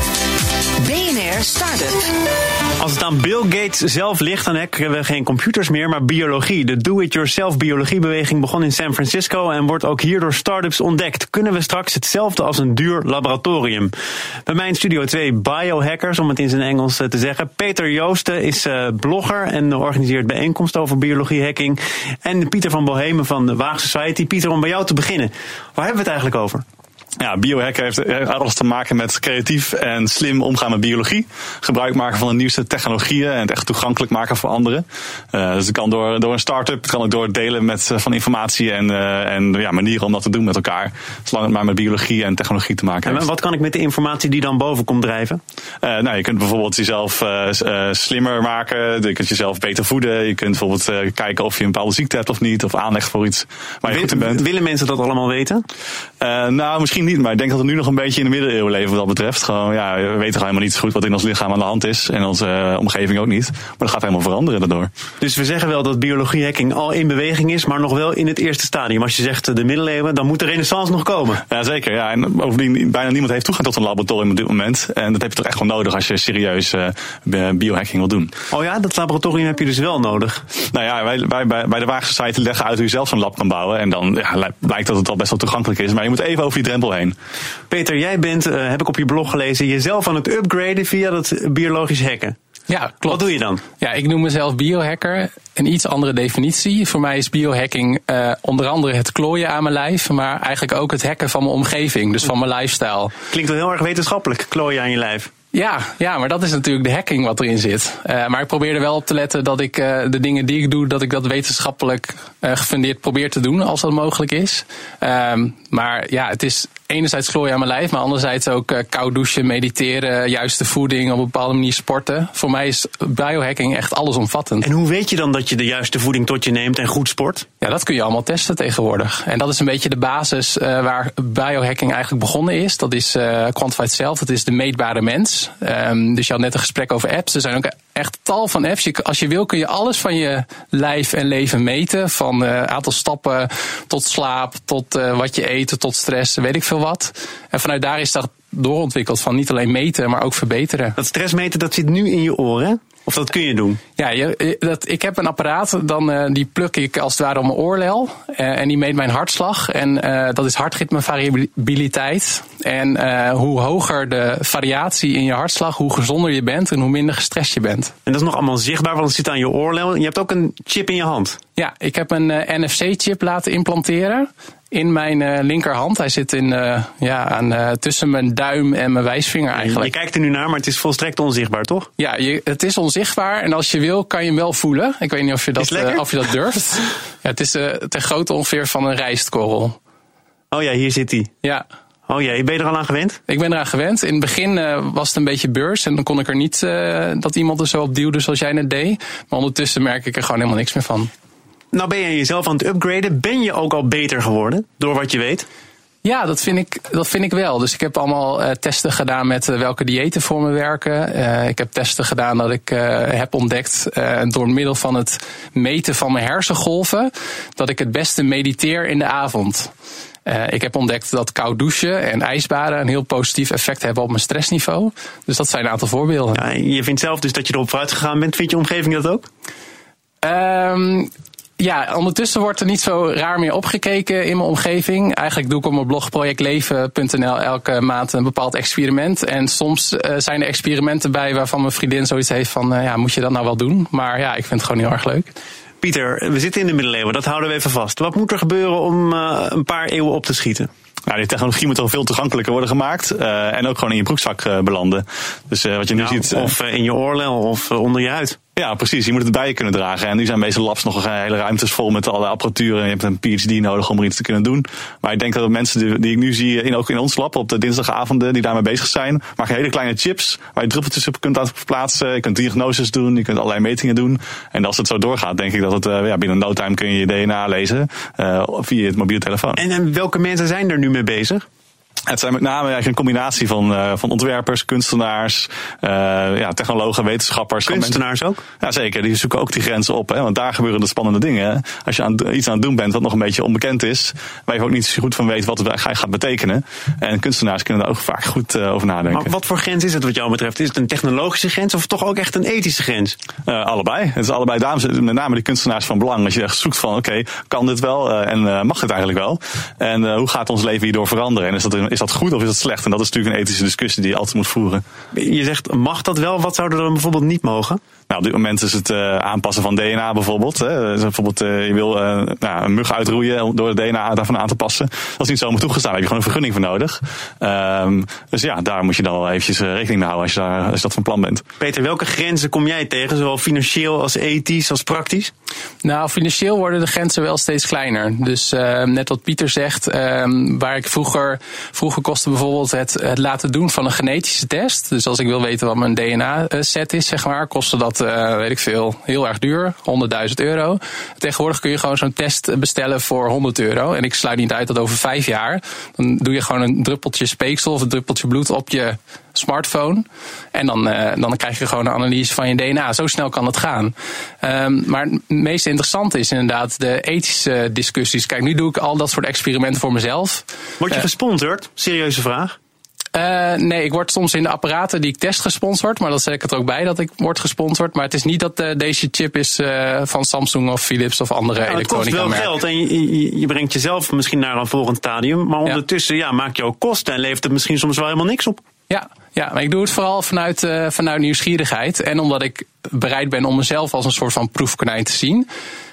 B N R Startup. Als het aan Bill Gates zelf ligt, dan hebben we geen computers meer, maar biologie. De do-it-yourself biologiebeweging begon in San Francisco en wordt ook hier door start-ups ontdekt. Kunnen we straks hetzelfde als een duur laboratorium? Bij mij in studio twee biohackers, om het in zijn Engels te zeggen. Peter Joosten is uh, blogger en organiseert bijeenkomsten over biologiehacking. En Pieter van Bohemen van de Waag Society. Pieter, om bij jou te beginnen. Waar hebben we het eigenlijk over? Ja, biohacken heeft alles te maken met creatief en slim omgaan met biologie. Gebruik maken van de nieuwste technologieën en het echt toegankelijk maken voor anderen. Uh, dus het kan door, door een start-up, het kan ook door het delen met, uh, van informatie en, uh, en ja, manieren om dat te doen met elkaar. Zolang het maar met biologie en technologie te maken heeft. En wat kan ik met de informatie die dan boven komt drijven? Uh, nou, je kunt bijvoorbeeld jezelf uh, uh, slimmer maken. Je kunt jezelf beter voeden. Je kunt bijvoorbeeld uh, kijken of je een bepaalde ziekte hebt of niet. Of aanleg voor iets waar je goed in bent. Willen mensen dat allemaal weten? Uh, nou, misschien niet, maar ik denk dat we nu nog een beetje in de middeleeuwen leven wat dat betreft. Gewoon, ja, we weten gewoon helemaal niet zo goed wat in ons lichaam aan de hand is. En onze uh, omgeving ook niet. Maar dat gaat helemaal veranderen daardoor. Dus we zeggen wel dat biologiehacking al in beweging is, maar nog wel in het eerste stadium. Als je zegt de middeleeuwen, dan moet de renaissance nog komen. Ja, zeker. Ja. En bovendien, bijna niemand heeft toegang tot een laboratorium op dit moment. En dat heb je toch echt gewoon nodig als je serieus uh, biohacking wil doen. Oh ja, dat laboratorium heb je dus wel nodig? Nou ja, wij, wij bij, bij de Waag Society leggen uit hoe je zelf zo'n lab kan bouwen. En dan ja, blijkt dat het al best wel toegankelijk is. Maar je moet even over die drempel heen. Peter, jij bent, uh, heb ik op je blog gelezen, jezelf aan het upgraden via dat biologisch hacken. Ja, klopt. Wat doe je dan? Ja, ik noem mezelf biohacker. Een iets andere definitie. Voor mij is biohacking uh, onder andere het klooien aan mijn lijf, maar eigenlijk ook het hacken van mijn omgeving, dus van mijn lifestyle. Klinkt wel heel erg wetenschappelijk, klooien aan je lijf. Ja, ja, maar dat is natuurlijk de hacking wat erin zit. Uh, maar ik probeer er wel op te letten dat ik uh, de dingen die ik doe, dat ik dat wetenschappelijk uh, gefundeerd probeer te doen, als dat mogelijk is. Um, maar ja, het is enerzijds klooien aan mijn lijf, maar anderzijds ook uh, koud douchen, mediteren, juiste voeding, op een bepaalde manier sporten. Voor mij is biohacking echt allesomvattend. En hoe weet je dan dat je de juiste voeding tot je neemt en goed sport? Ja, dat kun je allemaal testen tegenwoordig. En dat is een beetje de basis uh, waar biohacking eigenlijk begonnen is. Dat is uh, Quantified Self, dat is de meetbare mens. Um, dus je had net een gesprek over apps. Er zijn ook echt tal van apps. Je, als je wil kun je alles van je lijf en leven meten. Van uh, aantal stappen tot slaap, tot uh, wat je eet, tot stress, weet ik veel wat. En vanuit daar is dat doorontwikkeld van niet alleen meten, maar ook verbeteren. Dat stressmeten, dat zit nu in je oren? Of dat kun je doen? Ja, je, dat, ik heb een apparaat, dan, uh, die pluk ik als het ware om mijn oorlel. Uh, en die meet mijn hartslag. En uh, dat is hartritmevariabiliteit. En uh, hoe hoger de variatie in je hartslag, hoe gezonder je bent en hoe minder gestrest je bent. En dat is nog allemaal zichtbaar, want het zit aan je oorlel. En je hebt ook een chip in je hand. Ja, ik heb een uh, N F C-chip laten implanteren in mijn uh, linkerhand. Hij zit in, uh, ja, aan, uh, tussen mijn duim en mijn wijsvinger eigenlijk. Je kijkt er nu naar, maar het is volstrekt onzichtbaar, toch? Ja, je, het is onzichtbaar en als je wil kan je hem wel voelen. Ik weet niet of je dat, uh, of je dat durft. Ja, het is uh, ter grootte ongeveer van een rijstkorrel. Oh ja, hier zit hij. Ja. Oh ja, ben je er al aan gewend? Ik ben eraan gewend. In het begin uh, was het een beetje beurs en dan kon ik er niet uh, dat iemand er zo op duwde zoals jij net deed. Maar ondertussen merk ik er gewoon helemaal niks meer van. Nou ben je jezelf aan het upgraden. Ben je ook al beter geworden door wat je weet? Ja, dat vind ik, dat vind ik wel. Dus ik heb allemaal uh, testen gedaan met uh, welke diëten voor me werken. Uh, ik heb testen gedaan dat ik uh, heb ontdekt uh, door middel van het meten van mijn hersengolven dat ik het beste mediteer in de avond. Uh, ik heb ontdekt dat koud douchen en ijsbaden een heel positief effect hebben op mijn stressniveau. Dus dat zijn een aantal voorbeelden. Ja, je vindt zelf dus dat je erop vooruit gegaan bent. Vind je omgeving dat ook? Um, Ja, ondertussen wordt er niet zo raar meer opgekeken in mijn omgeving. Eigenlijk doe ik op mijn blog projectleven punt n l elke maand een bepaald experiment. En soms uh, zijn er experimenten bij waarvan mijn vriendin zoiets heeft van, uh, ja, moet je dat nou wel doen? Maar ja, ik vind het gewoon heel erg leuk. Pieter, we zitten in de middeleeuwen, dat houden we even vast. Wat moet er gebeuren om uh, een paar eeuwen op te schieten? Nou, die technologie moet al veel toegankelijker worden gemaakt. Uh, en ook gewoon in je broekzak uh, belanden. Dus uh, wat je nu nou, ziet. Uh, of uh, in je oorlel of uh, onder je huid. Ja, precies. Je moet het bij je kunnen dragen. En nu zijn deze labs nog hele ruimtes vol met alle apparatuur. En je hebt een P H D nodig om er iets te kunnen doen. Maar ik denk dat de mensen die, die ik nu zie, in, ook in ons lab op de dinsdagavonden, die daarmee bezig zijn, maken hele kleine chips waar je druppeltjes op kunt verplaatsen. Je kunt diagnoses doen, je kunt allerlei metingen doen. En als het zo doorgaat, denk ik dat het uh, ja, binnen no time kun je je D N A lezen uh, via het mobiele telefoon. En, en welke mensen zijn er nu mee bezig? Het zijn met name eigenlijk een combinatie van, uh, van ontwerpers, kunstenaars, uh, ja, technologen, wetenschappers. Kunstenaars ook? Ja, zeker. Die zoeken ook die grenzen op. Hè? Want daar gebeuren de spannende dingen. Hè? Als je aan, iets aan het doen bent wat nog een beetje onbekend is, waar je ook niet zo goed van weet wat het gaat betekenen. En kunstenaars kunnen daar ook vaak goed uh, over nadenken. Maar wat voor grens is het wat jou betreft? Is het een technologische grens of toch ook echt een ethische grens? Uh, allebei. Het is allebei, daarom met name die kunstenaars van belang. Als je echt zoekt van, oké, okay, kan dit wel uh, en uh, mag het eigenlijk wel? En uh, hoe gaat ons leven hierdoor veranderen? En is dat, is dat goed of is dat slecht? En dat is natuurlijk een ethische discussie die je altijd moet voeren. Je zegt, mag dat wel? Wat zou er dan bijvoorbeeld niet mogen? Nou, op dit moment is het uh, aanpassen van D N A bijvoorbeeld. Hè. Dus bijvoorbeeld uh, je wil uh, nou, een mug uitroeien door het D N A daarvan aan te passen. Dat is niet zomaar toegestaan. Daar heb je gewoon een vergunning voor nodig. Um, dus ja, daar moet je dan wel eventjes uh, rekening mee houden als je, daar, als je dat van plan bent. Peter, welke grenzen kom jij tegen? Zowel financieel als ethisch als praktisch? Nou, financieel worden de grenzen wel steeds kleiner. Dus uh, net wat Pieter zegt, uh, waar ik vroeger, vroeger kostte bijvoorbeeld het, het laten doen van een genetische test. Dus als ik wil weten wat mijn D N A-set is, zeg maar, kostte dat, uh, weet ik veel, heel erg duur, honderdduizend euro. Tegenwoordig kun je gewoon zo'n test bestellen voor honderd euro. En ik sluit niet uit dat over vijf jaar, dan doe je gewoon een druppeltje speeksel of een druppeltje bloed op je smartphone. En dan, uh, dan krijg je gewoon een analyse van je D N A. Zo snel kan het gaan. Um, maar het meest interessante is inderdaad de ethische discussies. Kijk, nu doe ik al dat soort experimenten voor mezelf. Word je uh, gesponsord? Serieuze vraag. Uh, nee, ik word soms in de apparaten die ik test gesponsord. Maar dat zeg ik het er ook bij dat ik word gesponsord. Maar het is niet dat uh, deze chip is uh, van Samsung of Philips of andere ja, elektronica merken. Het kost wel geld en je, je, je brengt jezelf misschien naar een volgend stadium. Maar ondertussen ja. Ja, maak je ook kosten en levert het misschien soms wel helemaal niks op. Ja, ja, maar ik doe het vooral vanuit, uh, vanuit nieuwsgierigheid. En omdat ik bereid ben om mezelf als een soort van proefkonijn te zien.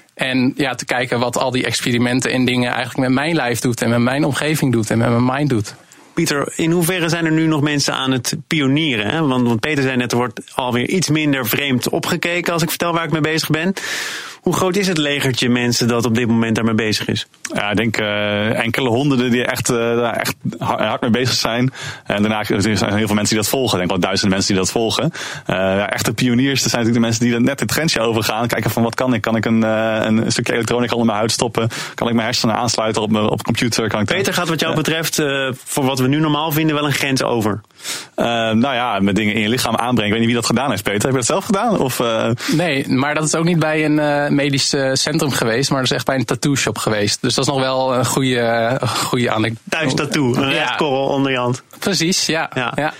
En ja, te kijken wat al die experimenten en dingen eigenlijk met mijn lijf doet. En met mijn omgeving doet en met mijn mind doet. Pieter, in hoeverre zijn er nu nog mensen aan het pionieren? Hè? Want, want Peter zei net, er wordt alweer iets minder vreemd opgekeken als ik vertel waar ik mee bezig ben. Hoe groot is het legertje mensen dat op dit moment daarmee bezig is? Ja, ik denk uh, enkele honderden die echt, uh, echt hard mee bezig zijn. En daarna er zijn heel veel mensen die dat volgen. Ik denk wel duizenden mensen die dat volgen. Uh, ja, echte pioniers, dat zijn natuurlijk de mensen die er net het grensje overgaan. Kijken van wat kan ik? Kan ik een, uh, een stukje elektronica onder mijn huid stoppen? Kan ik mijn hersenen aansluiten op mijn op computer? Kan ik Peter dan, gaat wat jou uh, betreft uh, voor wat we nu normaal vinden wel een grens over. Uh, nou ja, met dingen in je lichaam aanbrengen. Ik weet niet wie dat gedaan heeft, Peter. Heb je dat zelf gedaan? Of, uh... Nee, maar dat is ook niet bij een uh, medisch uh, centrum geweest. Maar dat is echt bij een tattoo shop geweest. Dus dat is nog wel een goede, uh, goede anekdote. Thuis tattoo, een ja. rechtkorrel onder je hand. Precies, ja. ja. ja.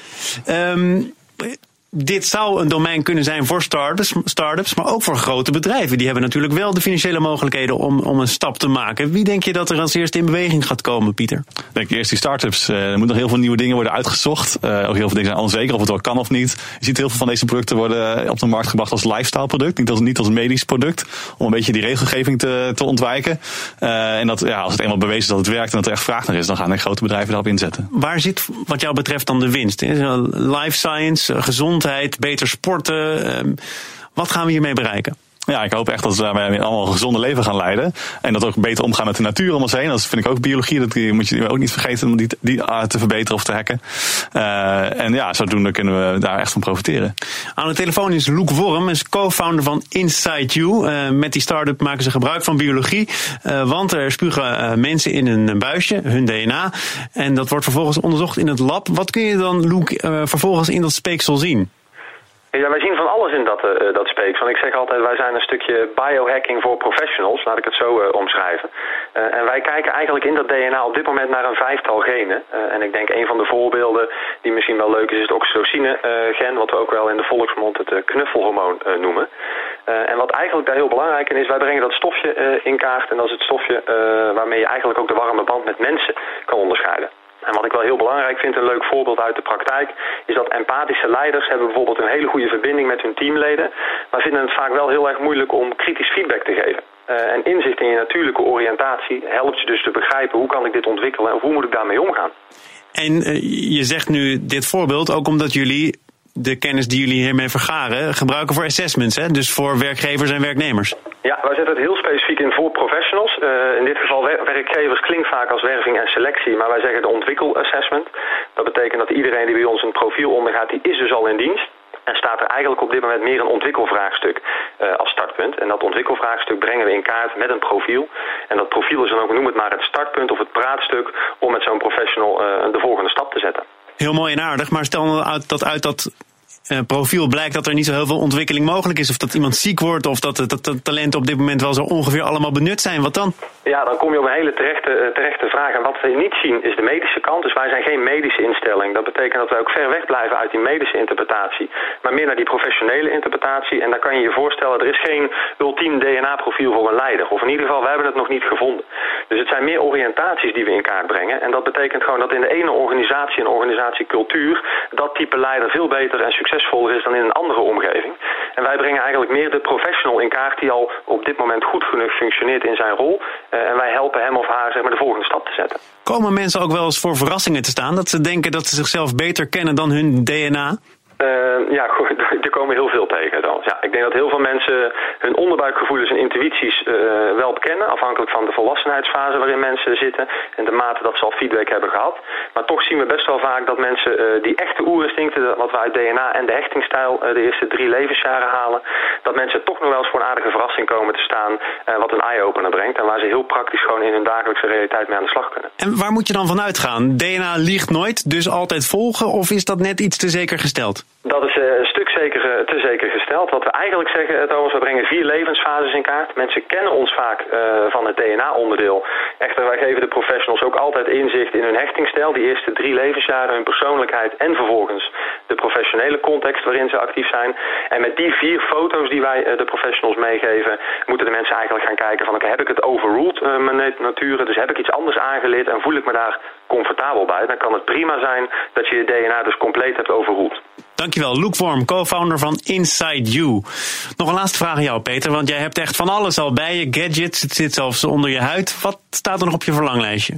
Um, Dit zou een domein kunnen zijn voor start-ups, start-ups, maar ook voor grote bedrijven. Die hebben natuurlijk wel de financiële mogelijkheden om, om een stap te maken. Wie denk je dat er als eerste in beweging gaat komen, Pieter? Ik denk eerst die start-ups. Uh, er moeten nog heel veel nieuwe dingen worden uitgezocht. Uh, ook heel veel dingen zijn onzeker of het wel kan of niet. Je ziet heel veel van deze producten worden op de markt gebracht als lifestyle product. Niet als, niet als medisch product. Om een beetje die regelgeving te, te ontwijken. Uh, en dat, ja, als het eenmaal bewezen is dat het werkt en dat er echt vraag naar is, dan gaan er grote bedrijven daarop inzetten. Waar zit wat jou betreft dan de winst? Life science, gezondheid, beter sporten. Wat gaan we hiermee bereiken? Ja, ik hoop echt dat wij allemaal een gezonde leven gaan leiden. En dat we ook beter omgaan met de natuur om ons heen. Dat vind ik ook biologie. Dat moet je ook niet vergeten om die, die te verbeteren of te hacken. Uh, en ja, zodoende kunnen we daar echt van profiteren. Aan de telefoon is Loek Worm, is co-founder van Inside You. Uh, met die start-up maken ze gebruik van biologie. Uh, want er spugen uh, mensen in een buisje, hun D N A. En dat wordt vervolgens onderzocht in het lab. Wat kun je dan, Loek, uh, vervolgens in dat speeksel zien? Ja, wij zien van alles in dat, uh, dat speeksel. Ik zeg altijd, wij zijn een stukje biohacking voor professionals, laat ik het zo uh, omschrijven. Uh, en wij kijken eigenlijk in dat D N A op dit moment naar een vijftal genen. Uh, en ik denk een van de voorbeelden die misschien wel leuk is, is het oxytocine-gen, uh, wat we ook wel in de volksmond het uh, knuffelhormoon uh, noemen. Uh, en wat eigenlijk daar heel belangrijk in is, wij brengen dat stofje uh, in kaart. En dat is het stofje uh, waarmee je eigenlijk ook de warme band met mensen kan onderscheiden. En wat ik wel heel belangrijk vind, een leuk voorbeeld uit de praktijk, is dat empathische leiders hebben bijvoorbeeld een hele goede verbinding met hun teamleden, maar vinden het vaak wel heel erg moeilijk om kritisch feedback te geven. Uh, en inzicht in je natuurlijke oriëntatie helpt je dus te begrijpen hoe kan ik dit ontwikkelen of hoe moet ik daarmee omgaan. En uh, je zegt nu dit voorbeeld ook omdat jullie de kennis die jullie hiermee vergaren gebruiken voor assessments, hè? Dus voor werkgevers en werknemers. Ja, wij zetten het heel specifiek in voor professionals. Uh, in dit geval werkgevers klinkt vaak als werving en selectie, maar wij zeggen de ontwikkelassessment. Dat betekent dat iedereen die bij ons een profiel ondergaat, die is dus al in dienst. En staat er eigenlijk op dit moment meer een ontwikkelvraagstuk uh, als startpunt. startpunt. En dat ontwikkelvraagstuk brengen we in kaart met een profiel. En dat profiel is dan ook, noem het maar, het startpunt of het praatstuk om met zo'n professional uh, de volgende stap te zetten. Heel mooi en aardig, maar stel dat uit dat uh, profiel blijkt dat er niet zo heel veel ontwikkeling mogelijk is. Of dat iemand ziek wordt, of dat de dat talenten op dit moment wel zo ongeveer allemaal benut zijn. Wat dan? Ja, dan kom je op een hele terechte, terechte vraag. En wat we niet zien is de medische kant. Dus wij zijn geen medische instelling. Dat betekent dat wij ook ver weg blijven uit die medische interpretatie. Maar meer naar die professionele interpretatie. En dan kan je je voorstellen, er is geen ultiem D N A-profiel voor een leider. Of in ieder geval, we hebben het nog niet gevonden. Dus het zijn meer oriëntaties die we in kaart brengen. En dat betekent gewoon dat in de ene organisatie en organisatiecultuur dat type leider veel beter en succesvoller is dan in een andere omgeving. En wij brengen eigenlijk meer de professional in kaart die al op dit moment goed genoeg functioneert in zijn rol. En wij helpen hem of haar zeg maar, de volgende stap te zetten. Komen mensen ook wel eens voor verrassingen te staan? Dat ze denken dat ze zichzelf beter kennen dan hun D N A? Uh, ja, er komen heel veel tegen dan. Ja, ik denk dat heel veel mensen hun onderbuikgevoelens en intuïties uh, wel bekennen, afhankelijk van de volwassenheidsfase waarin mensen zitten en de mate dat ze al feedback hebben gehad. Maar toch zien we best wel vaak dat mensen uh, die echte oerinstincten, wat we uit D N A en de hechtingstijl uh, de eerste drie levensjaren halen, dat mensen toch nog wel eens voor een aardige verrassing komen te staan uh, wat een eye-opener brengt en waar ze heel praktisch gewoon in hun dagelijkse realiteit mee aan de slag kunnen. En waar moet je dan van uitgaan? D N A liegt nooit, dus altijd volgen, of is dat net iets te zeker gesteld? Dat is uh, een stuk zeker, uh, te zeker gesteld. Wat we eigenlijk zeggen, Thomas, we brengen vier levensfases in kaart. Mensen kennen ons vaak uh, van het D N A-onderdeel. Echter, wij geven de professionals ook altijd inzicht in hun hechtingstijl, die eerste drie levensjaren, hun persoonlijkheid en vervolgens de professionele context waarin ze actief zijn. En met die vier foto's die wij uh, de professionals meegeven, moeten de mensen eigenlijk gaan kijken van, oké, heb ik het overruled, uh, mijn nature, dus heb ik iets anders aangeleerd en voel ik me daar comfortabel bij, dan kan het prima zijn dat je je D N A dus compleet hebt overruled. Dankjewel, Luke Worm, co-founder van Inside You. Nog een laatste vraag aan jou, Peter, want jij hebt echt van alles al bij je. Gadgets, het zit zelfs onder je huid. Wat staat er nog op je verlanglijstje?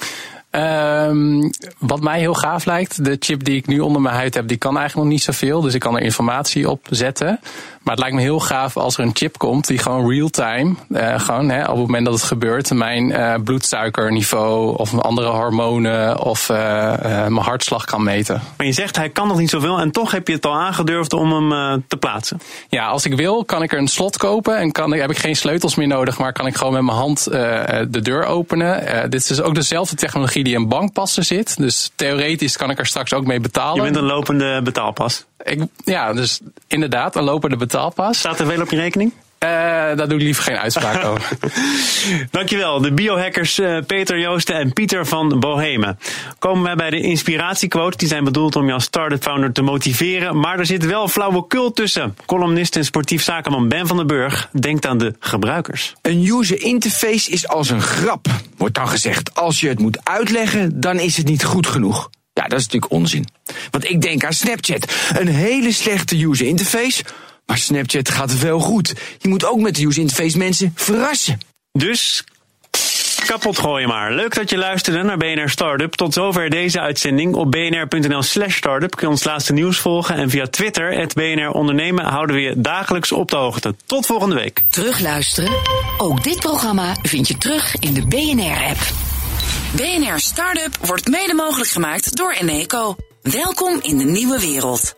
Um, wat mij heel gaaf lijkt, de chip die ik nu onder mijn huid heb, die kan eigenlijk nog niet zoveel. Dus ik kan er informatie op zetten. Maar het lijkt me heel gaaf als er een chip komt die gewoon real-time, uh, gewoon hè, op het moment dat het gebeurt, mijn uh, bloedsuikerniveau of andere hormonen of uh, uh, mijn hartslag kan meten. Maar je zegt hij kan nog niet zoveel en toch heb je het al aangedurfd om hem uh, te plaatsen. Ja, als ik wil kan ik er een slot kopen en kan ik, heb ik geen sleutels meer nodig, maar kan ik gewoon met mijn hand uh, de deur openen. Uh, dit is dus ook dezelfde technologie die in bankpassen zit. Dus theoretisch kan ik er straks ook mee betalen. Je bent een lopende betaalpas. Ik, ja, dus inderdaad, een lopende betaalpas. Staat er veel op je rekening? Uh, daar doe ik liever geen uitspraak over. Dankjewel, de biohackers uh, Peter Joosten en Pieter van Bohemen. Komen wij bij de inspiratiequotes. Die zijn bedoeld om je als start-up founder te motiveren. Maar er zit wel flauwekul tussen. Columnist en sportief zakenman Ben van den Burg denkt aan de gebruikers. Een user interface is als een grap, wordt dan gezegd. Als je het moet uitleggen, dan is het niet goed genoeg. Ja, dat is natuurlijk onzin. Want ik denk aan Snapchat. Een hele slechte user interface. Maar Snapchat gaat wel goed. Je moet ook met de user interface mensen verrassen. Dus kapot gooien maar. Leuk dat je luisterde naar B N R Startup. Tot zover deze uitzending. Op bnr.nl slash startup kun je ons laatste nieuws volgen. En via Twitter, at B N R Ondernemen, houden we je dagelijks op de hoogte. Tot volgende week. Terugluisteren? Ook dit programma vind je terug in de B N R-app. B N R Startup wordt mede mogelijk gemaakt door Eneco. Welkom in de nieuwe wereld.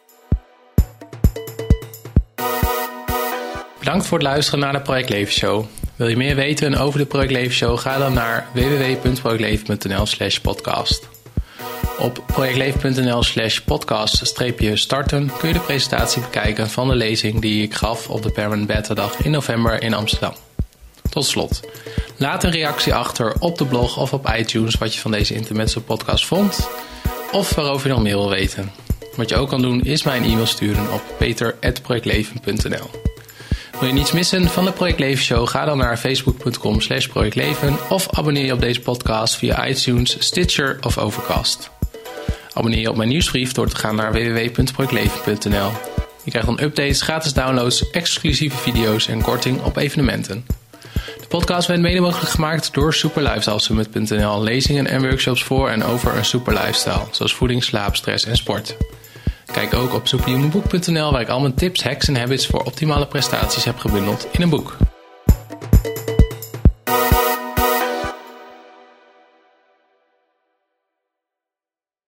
Bedankt voor het luisteren naar de Project Leven Show. Wil je meer weten over de Project Leven Show? Ga dan naar w w w punt projectleven.nl slash podcast. Op projectleven.nl slash podcast streepje starten kun je de presentatie bekijken van de lezing die ik gaf op de Permanent Beta Dag in november in Amsterdam. Tot slot, laat een reactie achter op de blog of op iTunes wat je van deze intermezzo podcast vond of waarover je nog meer wil weten. Wat je ook kan doen is mij een e-mail sturen op peter at projectleven punt n l. Wil je niets missen van de Project Leven Show? Ga dan naar facebook.com slash projectleven of abonneer je op deze podcast via iTunes, Stitcher of Overcast. Abonneer je op mijn nieuwsbrief door te gaan naar w w w punt projectleven punt n l. Je krijgt dan updates, gratis downloads, exclusieve video's en korting op evenementen. De podcast werd mede mogelijk gemaakt door super lifestyle summit punt n l. Lezingen en workshops voor en over een super lifestyle, zoals voeding, slaap, stress en sport. Kijk ook op superhumanboek punt n l waar ik al mijn tips, hacks en habits voor optimale prestaties heb gebundeld in een boek.